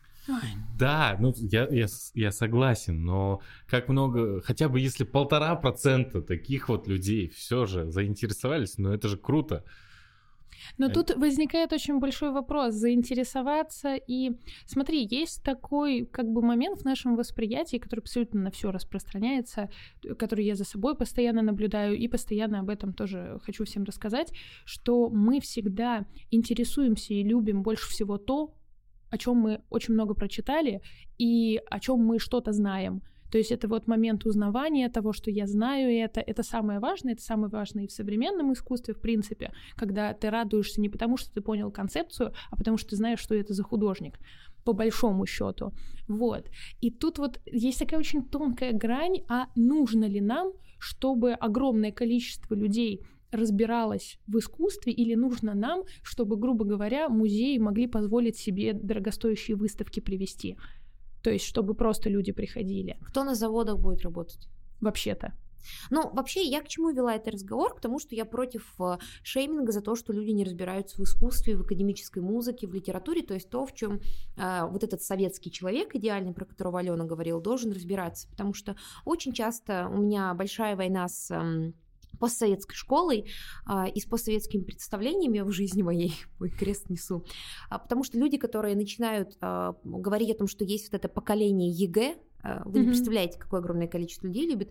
Да, я согласен, но как много, хотя бы если 1,5% таких вот людей все же заинтересовались, это же круто. Но тут возникает очень большой вопрос, заинтересоваться, и смотри, есть такой момент в нашем восприятии, который абсолютно на все распространяется, который я за собой постоянно наблюдаю и постоянно об этом тоже хочу всем рассказать, что мы всегда интересуемся и любим больше всего то, о чем мы очень много прочитали и о чем мы что-то знаем. То есть это вот момент узнавания того, что я знаю это самое важное и в современном искусстве, в принципе, когда ты радуешься не потому, что ты понял концепцию, а потому что ты знаешь, что это за художник, по большому счету. Вот. И тут вот есть такая очень тонкая грань, а нужно ли нам, чтобы огромное количество людей разбиралась в искусстве, или нужно нам, чтобы, грубо говоря, музеи могли позволить себе дорогостоящие выставки привести. То есть, чтобы просто люди приходили. Кто на заводах будет работать? Вообще-то. Вообще, я к чему вела этот разговор? К тому, что я против шейминга за то, что люди не разбираются в искусстве, в академической музыке, в литературе, то есть то, в чем вот этот советский человек идеальный, про которого Алена говорила, должен разбираться, потому что очень часто у меня большая война с постсоветской школой и с постсоветскими представлениями в жизни моей, мой крест несу, потому что люди, которые начинают говорить о том, что есть вот это поколение ЕГЭ, вы не представляете, какое огромное количество людей любит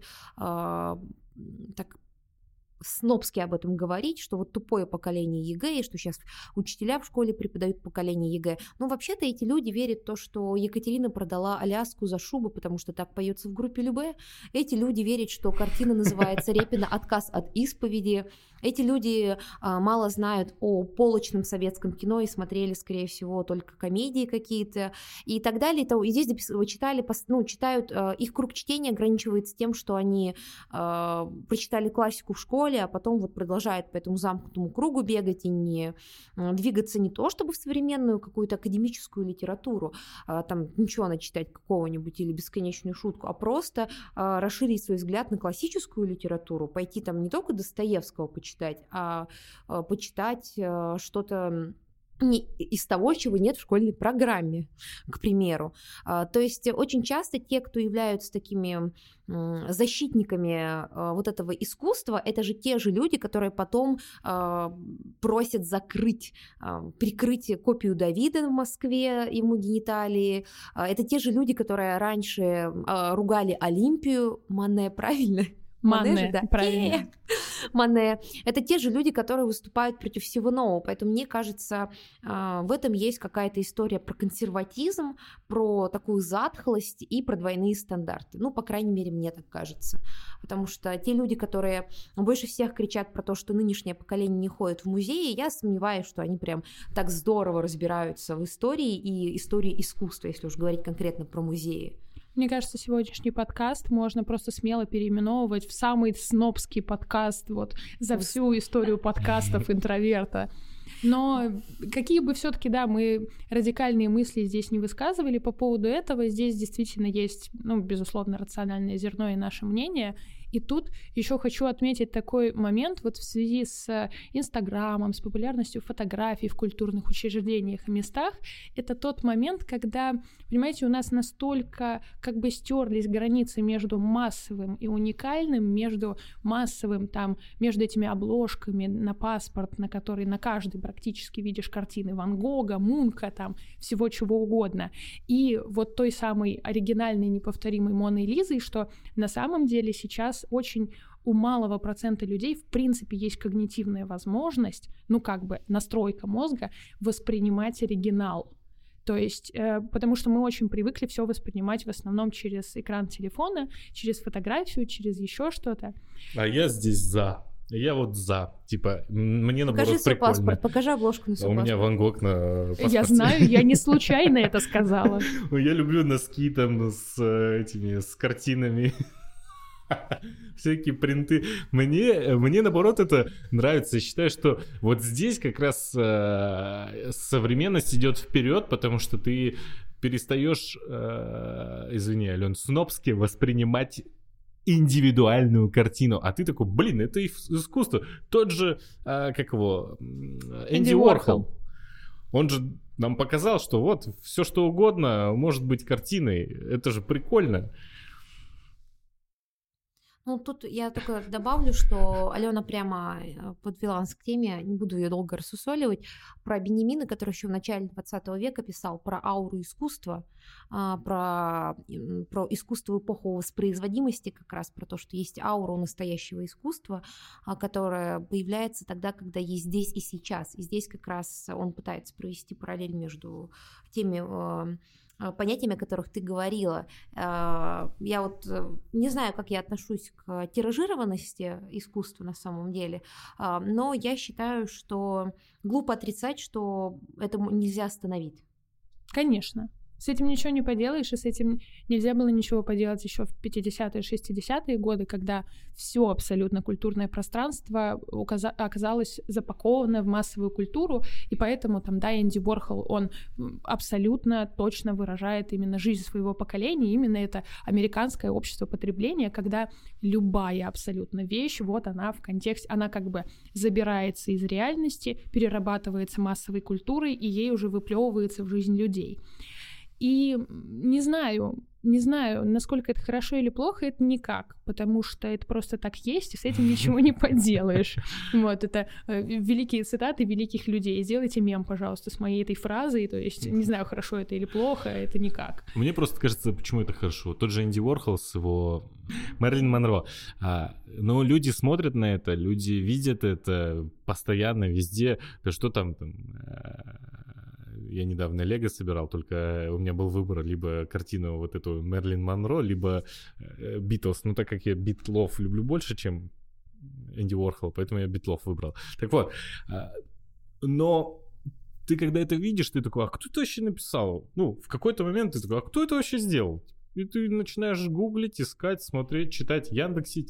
так снобски об этом говорить, что вот тупое поколение ЕГЭ, и что сейчас учителя в школе преподают поколение ЕГЭ. Но вообще-то эти люди верят в то, что Екатерина продала Аляску за шубу, потому что так поется в группе Любэ. Эти люди верят, что картина называется Репина «Отказ от исповеди». Эти люди мало знают о полочном советском кино и смотрели, скорее всего, только комедии какие-то и так далее. И здесь читают, их круг чтения ограничивается тем, что они прочитали классику в школе, а потом вот продолжают по этому замкнутому кругу бегать и не двигаться не то, чтобы в современную какую-то академическую литературу, там ничего начитать какого-нибудь или бесконечную шутку, а просто расширить свой взгляд на классическую литературу, пойти там не только Достоевского почитать, а почитать что-то из того, чего нет в школьной программе, к примеру. То есть очень часто те, кто являются такими защитниками вот этого искусства, это же те же люди, которые потом просят прикрыть копию Давида в Москве, ему гениталии. Это те же люди, которые раньше ругали Олимпию, Мане, правильно? Мане, да. правильно. Мане. Это те же люди, которые выступают против всего нового. Поэтому, мне кажется, в этом есть какая-то история про консерватизм, про такую затхлость и про двойные стандарты. Ну, по крайней мере, мне так кажется. Потому что те люди, которые больше всех кричат про то, что нынешнее поколение не ходит в музеи, я сомневаюсь, что они прям так здорово разбираются в истории и истории искусства, если уж говорить конкретно про музеи. Мне кажется, сегодняшний подкаст можно просто смело переименовывать в самый снобский подкаст вот за всю историю подкастов интроверта. Но какие бы все-таки, да, мы радикальные мысли здесь не высказывали по поводу этого, здесь действительно есть, ну, безусловно, рациональное зерно и наше мнение. И тут еще хочу отметить такой момент вот в связи с Инстаграмом, с популярностью фотографий в культурных учреждениях и местах. Это тот момент, когда, понимаете, у нас настолько как бы стерлись границы между массовым и уникальным, между массовым, там, между этими обложками на паспорт, на который на каждый практически видишь картины Ван Гога, Мунка, там, всего чего угодно. И вот той самой оригинальной, неповторимой Моной Лизой, что на самом деле сейчас очень у малого процента людей в принципе есть когнитивная возможность, ну как бы настройка мозга воспринимать оригинал. То есть, потому что мы очень привыкли все воспринимать в основном через экран телефона, через фотографию, через еще что-то. А я здесь за. Я вот за. Типа, мне наоборот покажи свой прикольно. Паспорт, покажи обложку на свой У паспорт. меня Ван Гог на паспорте. Я знаю, я не случайно это сказала. Я люблю носки там с картинами. Всякие принты. Мне наоборот это нравится. Я считаю, что вот здесь как раз современность идет вперед, потому что ты перестаешь, извини, Ален, снобски воспринимать индивидуальную картину, а ты такой, блин, это искусство. Тот же, как его, Энди Уорхол. Он же нам показал, что вот все что угодно может быть картиной. Это же прикольно. Ну, тут я только добавлю, что Алена прямо подвела нас к теме, не буду ее долго рассусоливать, про Бенемина, который еще в начале 20 века писал про ауру искусства, про искусство эпоху воспроизводимости, как раз про то, что есть аура у настоящего искусства, которая появляется тогда, когда есть здесь и сейчас. И здесь как раз он пытается провести параллель между теми понятиями, о которых ты говорила. Я вот не знаю, как я отношусь к тиражированности искусства на самом деле, но я считаю, что глупо отрицать, что это нельзя остановить. Конечно. С этим ничего не поделаешь, и с этим нельзя было ничего поделать еще в 50-е, 60-е годы, когда все абсолютно культурное пространство оказалось запаковано в массовую культуру, и поэтому там, да, Энди Уорхол, он абсолютно точно выражает именно жизнь своего поколения, именно это американское общество потребления, когда любая абсолютно вещь, вот она в контексте, она как бы забирается из реальности, перерабатывается массовой культурой, и ей уже выплевывается в жизнь людей. И не знаю, насколько это хорошо или плохо, это никак, потому что это просто так есть, и с этим ничего не поделаешь. Вот, это великие цитаты великих людей. Сделайте мем, пожалуйста, с моей этой фразой, то есть не знаю, хорошо это или плохо, это никак. Мне просто кажется, почему это хорошо. Тот же Энди Уорхол с его Мэрилин Монро. Но люди смотрят на это, люди видят это постоянно, везде. Да что там я недавно Лего собирал, только у меня был выбор либо картину вот эту Мэрилин Монро, либо Битлз. Ну, так как я Битлов люблю больше, чем Энди Уорхол, поэтому я Битлов выбрал. Так вот, но ты когда это видишь, ты такой, а кто это вообще написал? Ну, в какой-то момент ты такой, а кто это вообще сделал? И ты начинаешь гуглить, искать, смотреть, читать, яндексить,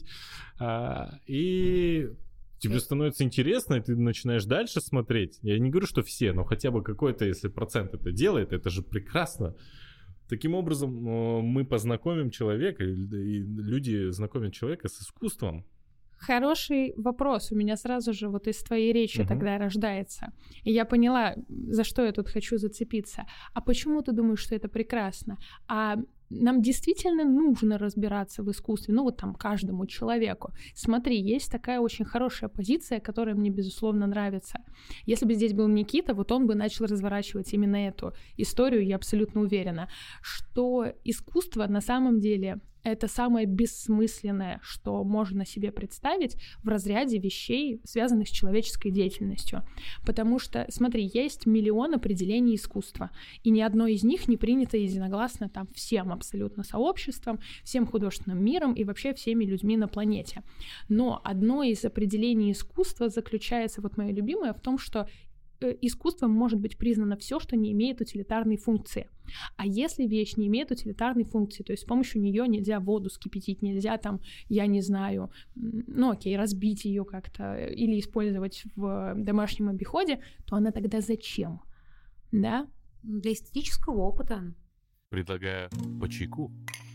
и тебе становится интересно, и ты начинаешь дальше смотреть. Я не говорю, что все, но хотя бы какой-то, если процент это делает, это же прекрасно. Таким образом, мы познакомим человека, и люди знакомят человека с искусством. Хороший вопрос у меня сразу же вот из твоей речи тогда рождается. И я поняла, за что я тут хочу зацепиться. А почему ты думаешь, что это прекрасно? А нам действительно нужно разбираться в искусстве, ну вот там каждому человеку. Смотри, есть такая очень хорошая позиция, которая мне, безусловно, нравится. Если бы здесь был Никита, вот он бы начал разворачивать именно эту историю, я абсолютно уверена, что искусство на самом деле это самое бессмысленное, что можно себе представить в разряде вещей, связанных с человеческой деятельностью. Потому что, смотри, есть миллион определений искусства, и ни одно из них не принято единогласно там всем абсолютно сообществом, всем художественным миром и вообще всеми людьми на планете. Но одно из определений искусства заключается, вот мое любимое, в том, что искусством может быть признано все, что не имеет утилитарной функции. А если вещь не имеет утилитарной функции, то есть с помощью нее нельзя воду вскипятить, нельзя там, я не знаю, ну окей, разбить ее как-то или использовать в домашнем обиходе, то она тогда зачем? Да? Для эстетического опыта. Предлагаю по чайку.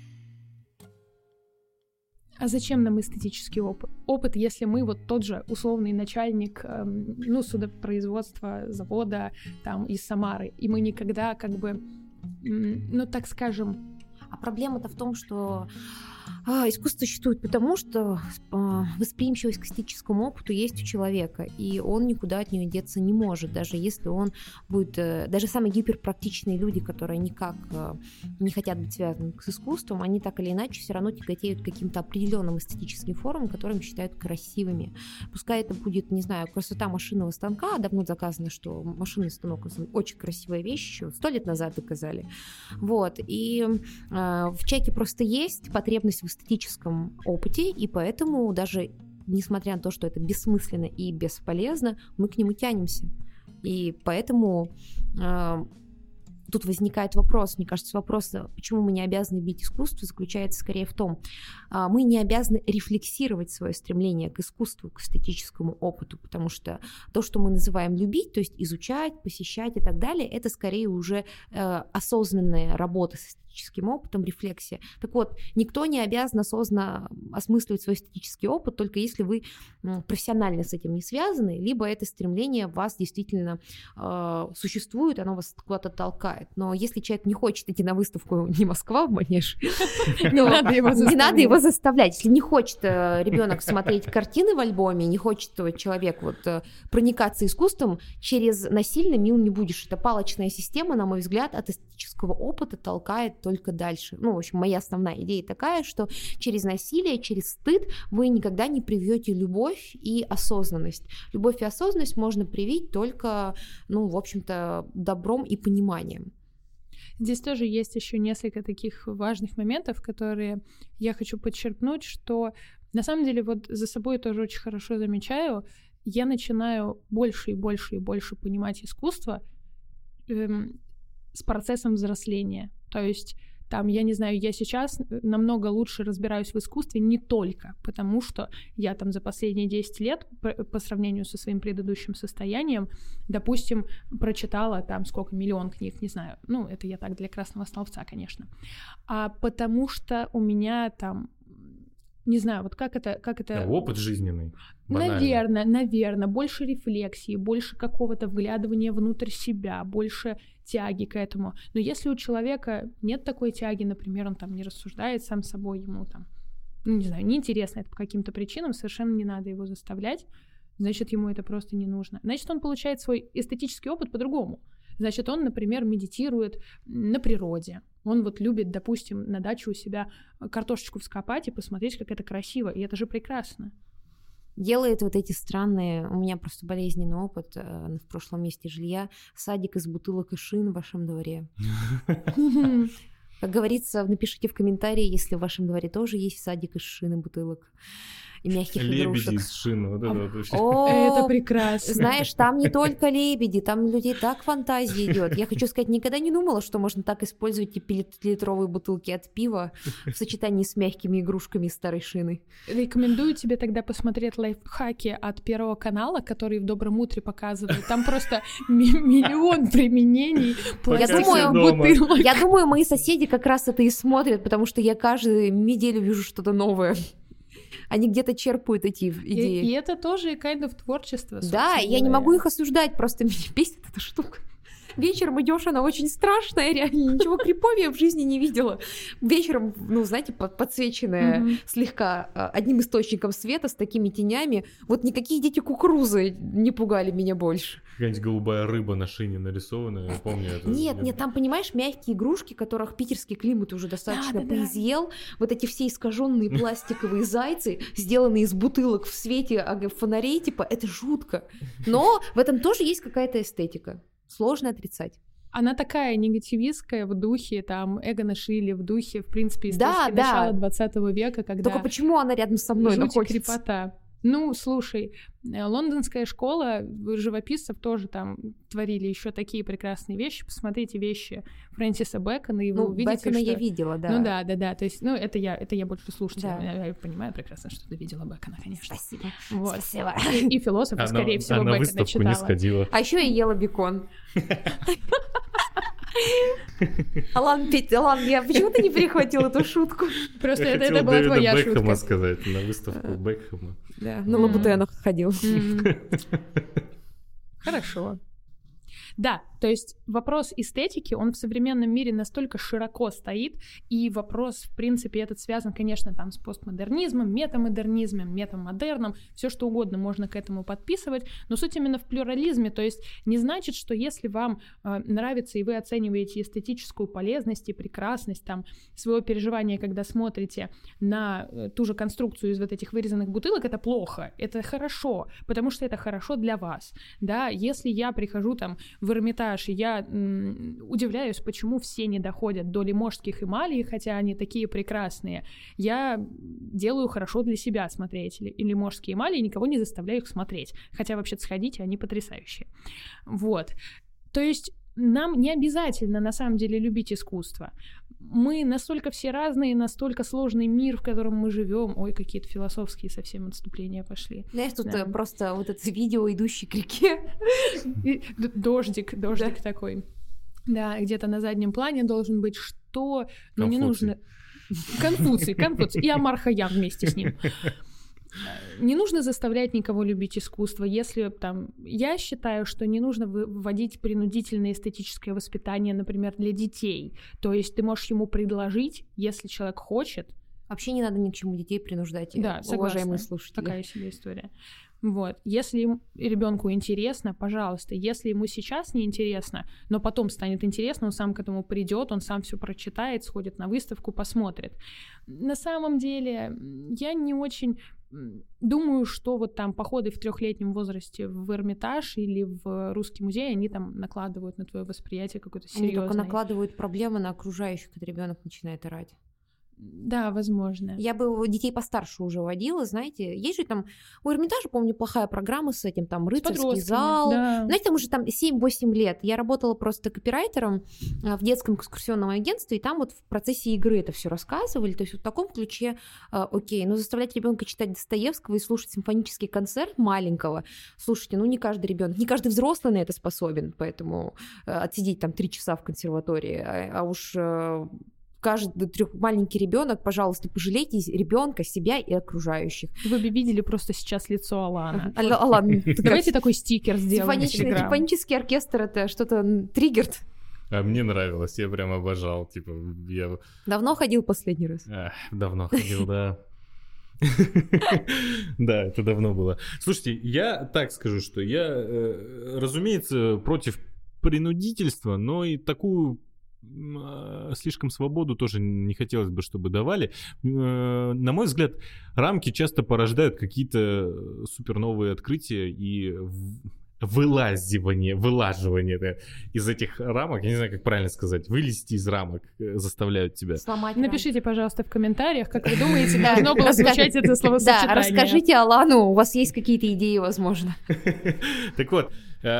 А зачем нам эстетический опыт? Опыт, если мы вот тот же условный начальник, судопроизводства завода там из Самары, и мы никогда как бы, так скажем... А проблема-то в том, что искусство существует потому, что восприимчивость к эстетическому опыту есть у человека, и он никуда от нее деться не может, даже если он будет... Даже самые гиперпрактичные люди, которые никак не хотят быть связаны с искусством, они так или иначе все равно тяготеют к каким-то определенным эстетическим формам, которыми считают красивыми. Пускай это будет, не знаю, красота машинного станка, давно доказано, что машинный станок — очень красивая вещь, еще 100 лет назад доказали. Вот, и в человеке просто есть потребность в эстетическом опыте, и поэтому даже несмотря на то, что это бессмысленно и бесполезно, мы к нему тянемся. И поэтому тут возникает вопрос, мне кажется, вопрос, почему мы не обязаны любить искусство, заключается скорее в том, мы не обязаны рефлексировать свое стремление к искусству, к эстетическому опыту, потому что то, что мы называем любить, то есть изучать, посещать и так далее, это скорее уже осознанная работа с эстетическим опытом, рефлексия. Так вот, никто не обязан осознанно осмысливать свой эстетический опыт, только если вы профессионально с этим не связаны, либо это стремление в вас действительно существует, оно вас куда-то толкает. Но если человек не хочет идти на выставку «Не Москва» в Манеж, не надо его заставлять. Если не хочет ребенок смотреть картины в альбоме, не хочет человек проникаться искусством, через насильно мил не будешь. Это палочная система, на мой взгляд, от эстетического опыта толкает только дальше. В общем, моя основная идея такая, что через насилие, через стыд вы никогда не привьете любовь и осознанность. Любовь и осознанность можно привить только, в общем-то, добром и пониманием. Здесь тоже есть еще несколько таких важных моментов, которые я хочу подчеркнуть, что на самом деле вот за собой тоже очень хорошо замечаю, я начинаю больше и больше и больше понимать искусство с процессом взросления. То есть там, я не знаю, я сейчас намного лучше разбираюсь в искусстве не только потому, что я там за последние 10 лет по сравнению со своим предыдущим состоянием, допустим, прочитала там сколько, 1 000 000 книг, не знаю, это я так для красного словца, конечно, а потому что у меня там, не знаю, вот как это... Опыт жизненный. Наверное, больше рефлексии, больше какого-то вглядывания внутрь себя, больше тяги к этому. Но если у человека нет такой тяги, например, он там не рассуждает сам собой, ему там, не знаю, неинтересно это по каким-то причинам, совершенно не надо его заставлять, значит, ему это просто не нужно. Значит, он получает свой эстетический опыт по-другому. Значит, он, например, медитирует на природе. Он любит, допустим, на даче у себя картошечку вскопать и посмотреть, как это красиво, и это же прекрасно. Делает эти странные, у меня просто болезненный опыт в прошлом месте жилья, садик из бутылок и шин в вашем дворе. Как говорится, напишите в комментарии, если в вашем дворе тоже есть садик из шин и бутылок и мягких игрушек. Лебеди из шин, это прекрасно. Знаешь, там не только лебеди, там людей так фантазия идет. Я хочу сказать, никогда не думала, что можно так использовать 5-литровые бутылки от пива в сочетании с мягкими игрушками из старой шины. Рекомендую тебе тогда посмотреть лайфхаки от Первого канала, которые в «Добром утре» показывают. Там просто миллион применений пластиковых бутылок. Я думаю, мои соседи как раз это и смотрят, потому что я каждую неделю вижу что-то новое. Они где-то черпают эти идеи. И это тоже kind of творчество. Да, я не могу их осуждать, просто меня бесит эта штука. Вечером идешь, она очень страшная, реально, ничего криповее в жизни не видела. Вечером, ну, знаете, подсвеченная слегка одним источником света с такими тенями. Вот никакие дети кукурузы не пугали меня больше. Какая-нибудь голубая рыба на шине нарисованная, я помню это. Нет, там, понимаешь, мягкие игрушки, которых питерский климат уже достаточно поизъел. Вот эти все искаженные пластиковые зайцы, сделанные из бутылок в свете фонарей, типа, это жутко. Но в этом тоже есть какая-то эстетика. Сложно отрицать. Она такая негативистская в духе, там, Эгона Шилли, в духе, в принципе, эстетики начала 20 века, когда... Только почему она рядом со мной находится? Крепота. Ну, слушай, лондонская школа живописцев тоже там творили еще такие прекрасные вещи. Посмотрите вещи Фрэнсиса Бэкона, и вы увидите, Бэкона что... я видела, да. Ну да, то есть, ну, это я больше слушатель. Да. Я понимаю прекрасно, что ты видела Бэкона, конечно. Спасибо. Вот. Спасибо. И философы, скорее всего, Бэкона читала. выставку не сходила. А еще я ела бекон. Алан, я почему ты не перехватил эту шутку? Просто это была твоя шутка. Бекхэма сказать, на выставку Бекхэма. Да, на Лабутенах ходил. Хорошо. Да, то есть вопрос эстетики, он в современном мире настолько широко стоит, и вопрос, в принципе, этот связан, конечно, там с постмодернизмом, метамодернизмом, метамодерном, все что угодно можно к этому подписывать, но суть именно в плюрализме, то есть не значит, что если вам нравится и вы оцениваете эстетическую полезность и прекрасность там своего переживания, когда смотрите на ту же конструкцию из вот этих вырезанных бутылок, это плохо, это хорошо, потому что это хорошо для вас, да, если я прихожу там в Эрмитаж, и я удивляюсь, почему все не доходят до лиможских эмалей, хотя они такие прекрасные. Я делаю хорошо для себя смотреть лиможские эмали и никого не заставляю их смотреть. Хотя вообще-то сходите, они потрясающие. Вот. То есть нам не обязательно на самом деле любить искусство. Мы настолько все разные, настолько сложный мир, в котором мы живем. Ой, какие-то философские совсем отступления пошли. Знаешь, тут просто вот это видео, идущий к реке. Дождик такой. Да, где-то на заднем плане должен быть что... Ну, не нужно... Конфуций. И Амар Хайям вместе с ним. Не нужно заставлять никого любить искусство, если там... Я считаю, что не нужно вводить принудительное эстетическое воспитание, например, для детей. То есть ты можешь ему предложить, если человек хочет. Вообще не надо ни к чему детей принуждать, да, уважаемые слушатели. Такая себе история. Вот. Если ребенку интересно, пожалуйста. Если ему сейчас не интересно, но потом станет интересно, он сам к этому придет, он сам все прочитает, сходит на выставку, посмотрит. На самом деле, я не очень думаю, что вот там походы в 3-летнем возрасте в Эрмитаж или в Русский музей, они там накладывают на твое восприятие какое-то серьезное. Они только накладывают проблемы на окружающих, когда ребенок начинает орать. Да, возможно. Я бы детей постарше уже водила, знаете. Есть же там у Эрмитажа, помню, плохая программа с этим, там, рыцарский зал. Да. Знаете, там уже там 7-8 лет. Я работала просто копирайтером в детском экскурсионном агентстве, и там вот в процессе игры это все рассказывали. То есть вот в таком ключе, окей, но заставлять ребенка читать Достоевского и слушать симфонический концерт маленького, слушайте, ну не каждый ребенок, не каждый взрослый на это способен, поэтому отсидеть там 3 часа в консерватории, а уж... Каждый маленький ребенок, пожалуйста, пожалейте ребенка, себя и окружающих. Вы бы видели просто сейчас лицо Алана. Алан, давайте такой стикер сделаем. Симфонический оркестр — это что-то триггерт. А мне нравилось, я прям обожал. Типа, я... Давно ходил последний раз? Давно ходил, да. Да, это давно было. Слушайте, я так скажу, что я, разумеется, против принудительства, но и такую слишком свободу тоже не хотелось бы, чтобы давали. На мой взгляд, рамки часто порождают какие-то супер новые открытия и вылаживание из этих рамок, я не знаю, как правильно сказать, вылезти из рамок заставляют тебя. Сломать Напишите, пожалуйста, в комментариях, как вы думаете, должно было звучать это словосочетание. Да, расскажите Алану, у вас есть какие-то идеи, возможно. Так вот,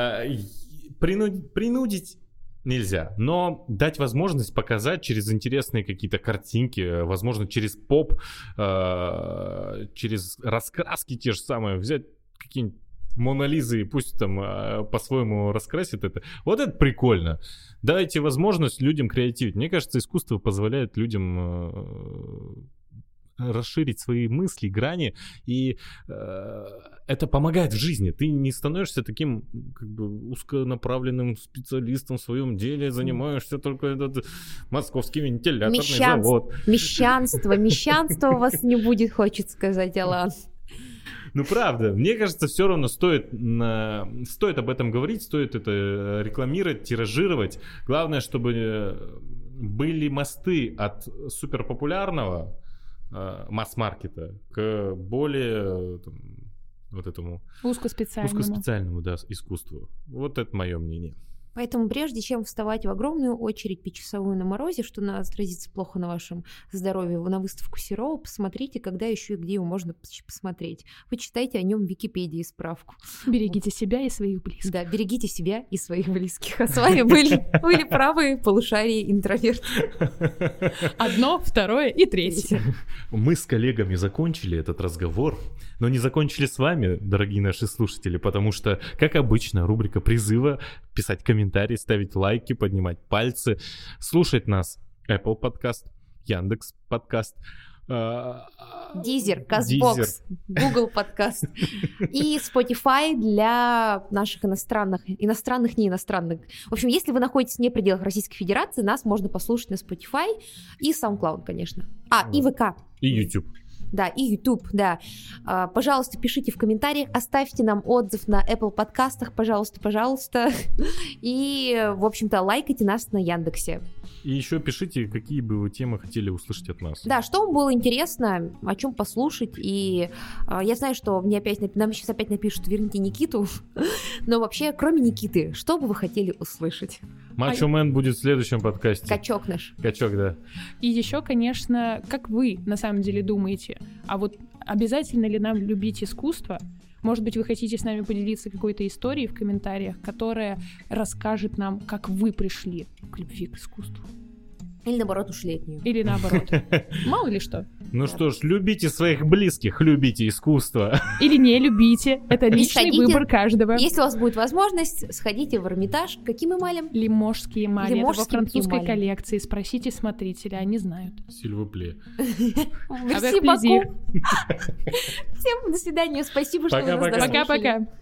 принудить нельзя, но дать возможность показать через интересные какие-то картинки, возможно, через поп, через раскраски те же самые, взять какие-нибудь Мона Лизы и пусть там по-своему раскрасит это. Вот это прикольно. Дайте возможность людям креативить. Мне кажется, искусство позволяет людям расширить свои мысли, грани, и это помогает в жизни. Ты не становишься таким как бы узконаправленным специалистом в своем деле, занимаешься только московский вентиляторный завод. Мещанство у вас не будет, хочет сказать Алан. Ну, правда, мне кажется, все равно стоит об этом говорить, стоит это рекламировать, тиражировать. Главное, чтобы были мосты от суперпопулярного масс-маркета к более вот этому узкоспециальному, да, искусству. Вот это мое мнение. Поэтому прежде чем вставать в огромную очередь 5-часовую на морозе, что отразится плохо на вашем здоровье, на выставку Серова, посмотрите, когда еще и где его можно посмотреть. Вы читайте о нем в Википедии справку. Берегите себя и своих близких. Да, берегите себя и своих близких. А с вами были правые полушарии интроверт. 1, 2 и 3. Мы с коллегами закончили этот разговор, но не закончили с вами, дорогие наши слушатели, потому что, как обычно, рубрика призыва писать комментарии, ставить лайки, поднимать пальцы, слушать нас Apple подкаст, Яндекс подкаст, Deezer, Castbox, Google подкаст и Spotify для наших иностранных, не иностранных. В общем, если вы находитесь вне пределах Российской Федерации, нас можно послушать на Spotify и SoundCloud, конечно. И ВК. И YouTube. Да, и YouTube, да. Пожалуйста, пишите в комментариях, оставьте нам отзыв на Apple подкастах, пожалуйста. И, в общем-то, лайкайте нас на Яндексе. И еще пишите, какие бы вы темы хотели услышать от нас. Да, что вам было интересно, о чем послушать. И я знаю, что нам сейчас опять напишут «верните Никиту». Но вообще, кроме Никиты, что бы вы хотели услышать? Мачо Мэн будет в следующем подкасте. Качок наш. Качок, да. И еще, конечно, как вы на самом деле думаете, а вот обязательно ли нам любить искусство? Может быть, вы хотите с нами поделиться какой-то историей в комментариях, которая расскажет нам, как вы пришли к любви к искусству. Или наоборот ушли от нее. Или наоборот. Мало ли что. Ну что ж, любите своих близких, любите искусство. Или не любите. Это личный выбор каждого. Если у вас будет возможность, сходите в Эрмитаж. Каким эмалем? Лиможский эмаль. Это во французской эмалем. Коллекции. Спросите смотрителя, они знают. Сильвупле. Merci beaucoup. Всем до свидания. Спасибо, что вы нас дослушали. Пока-пока.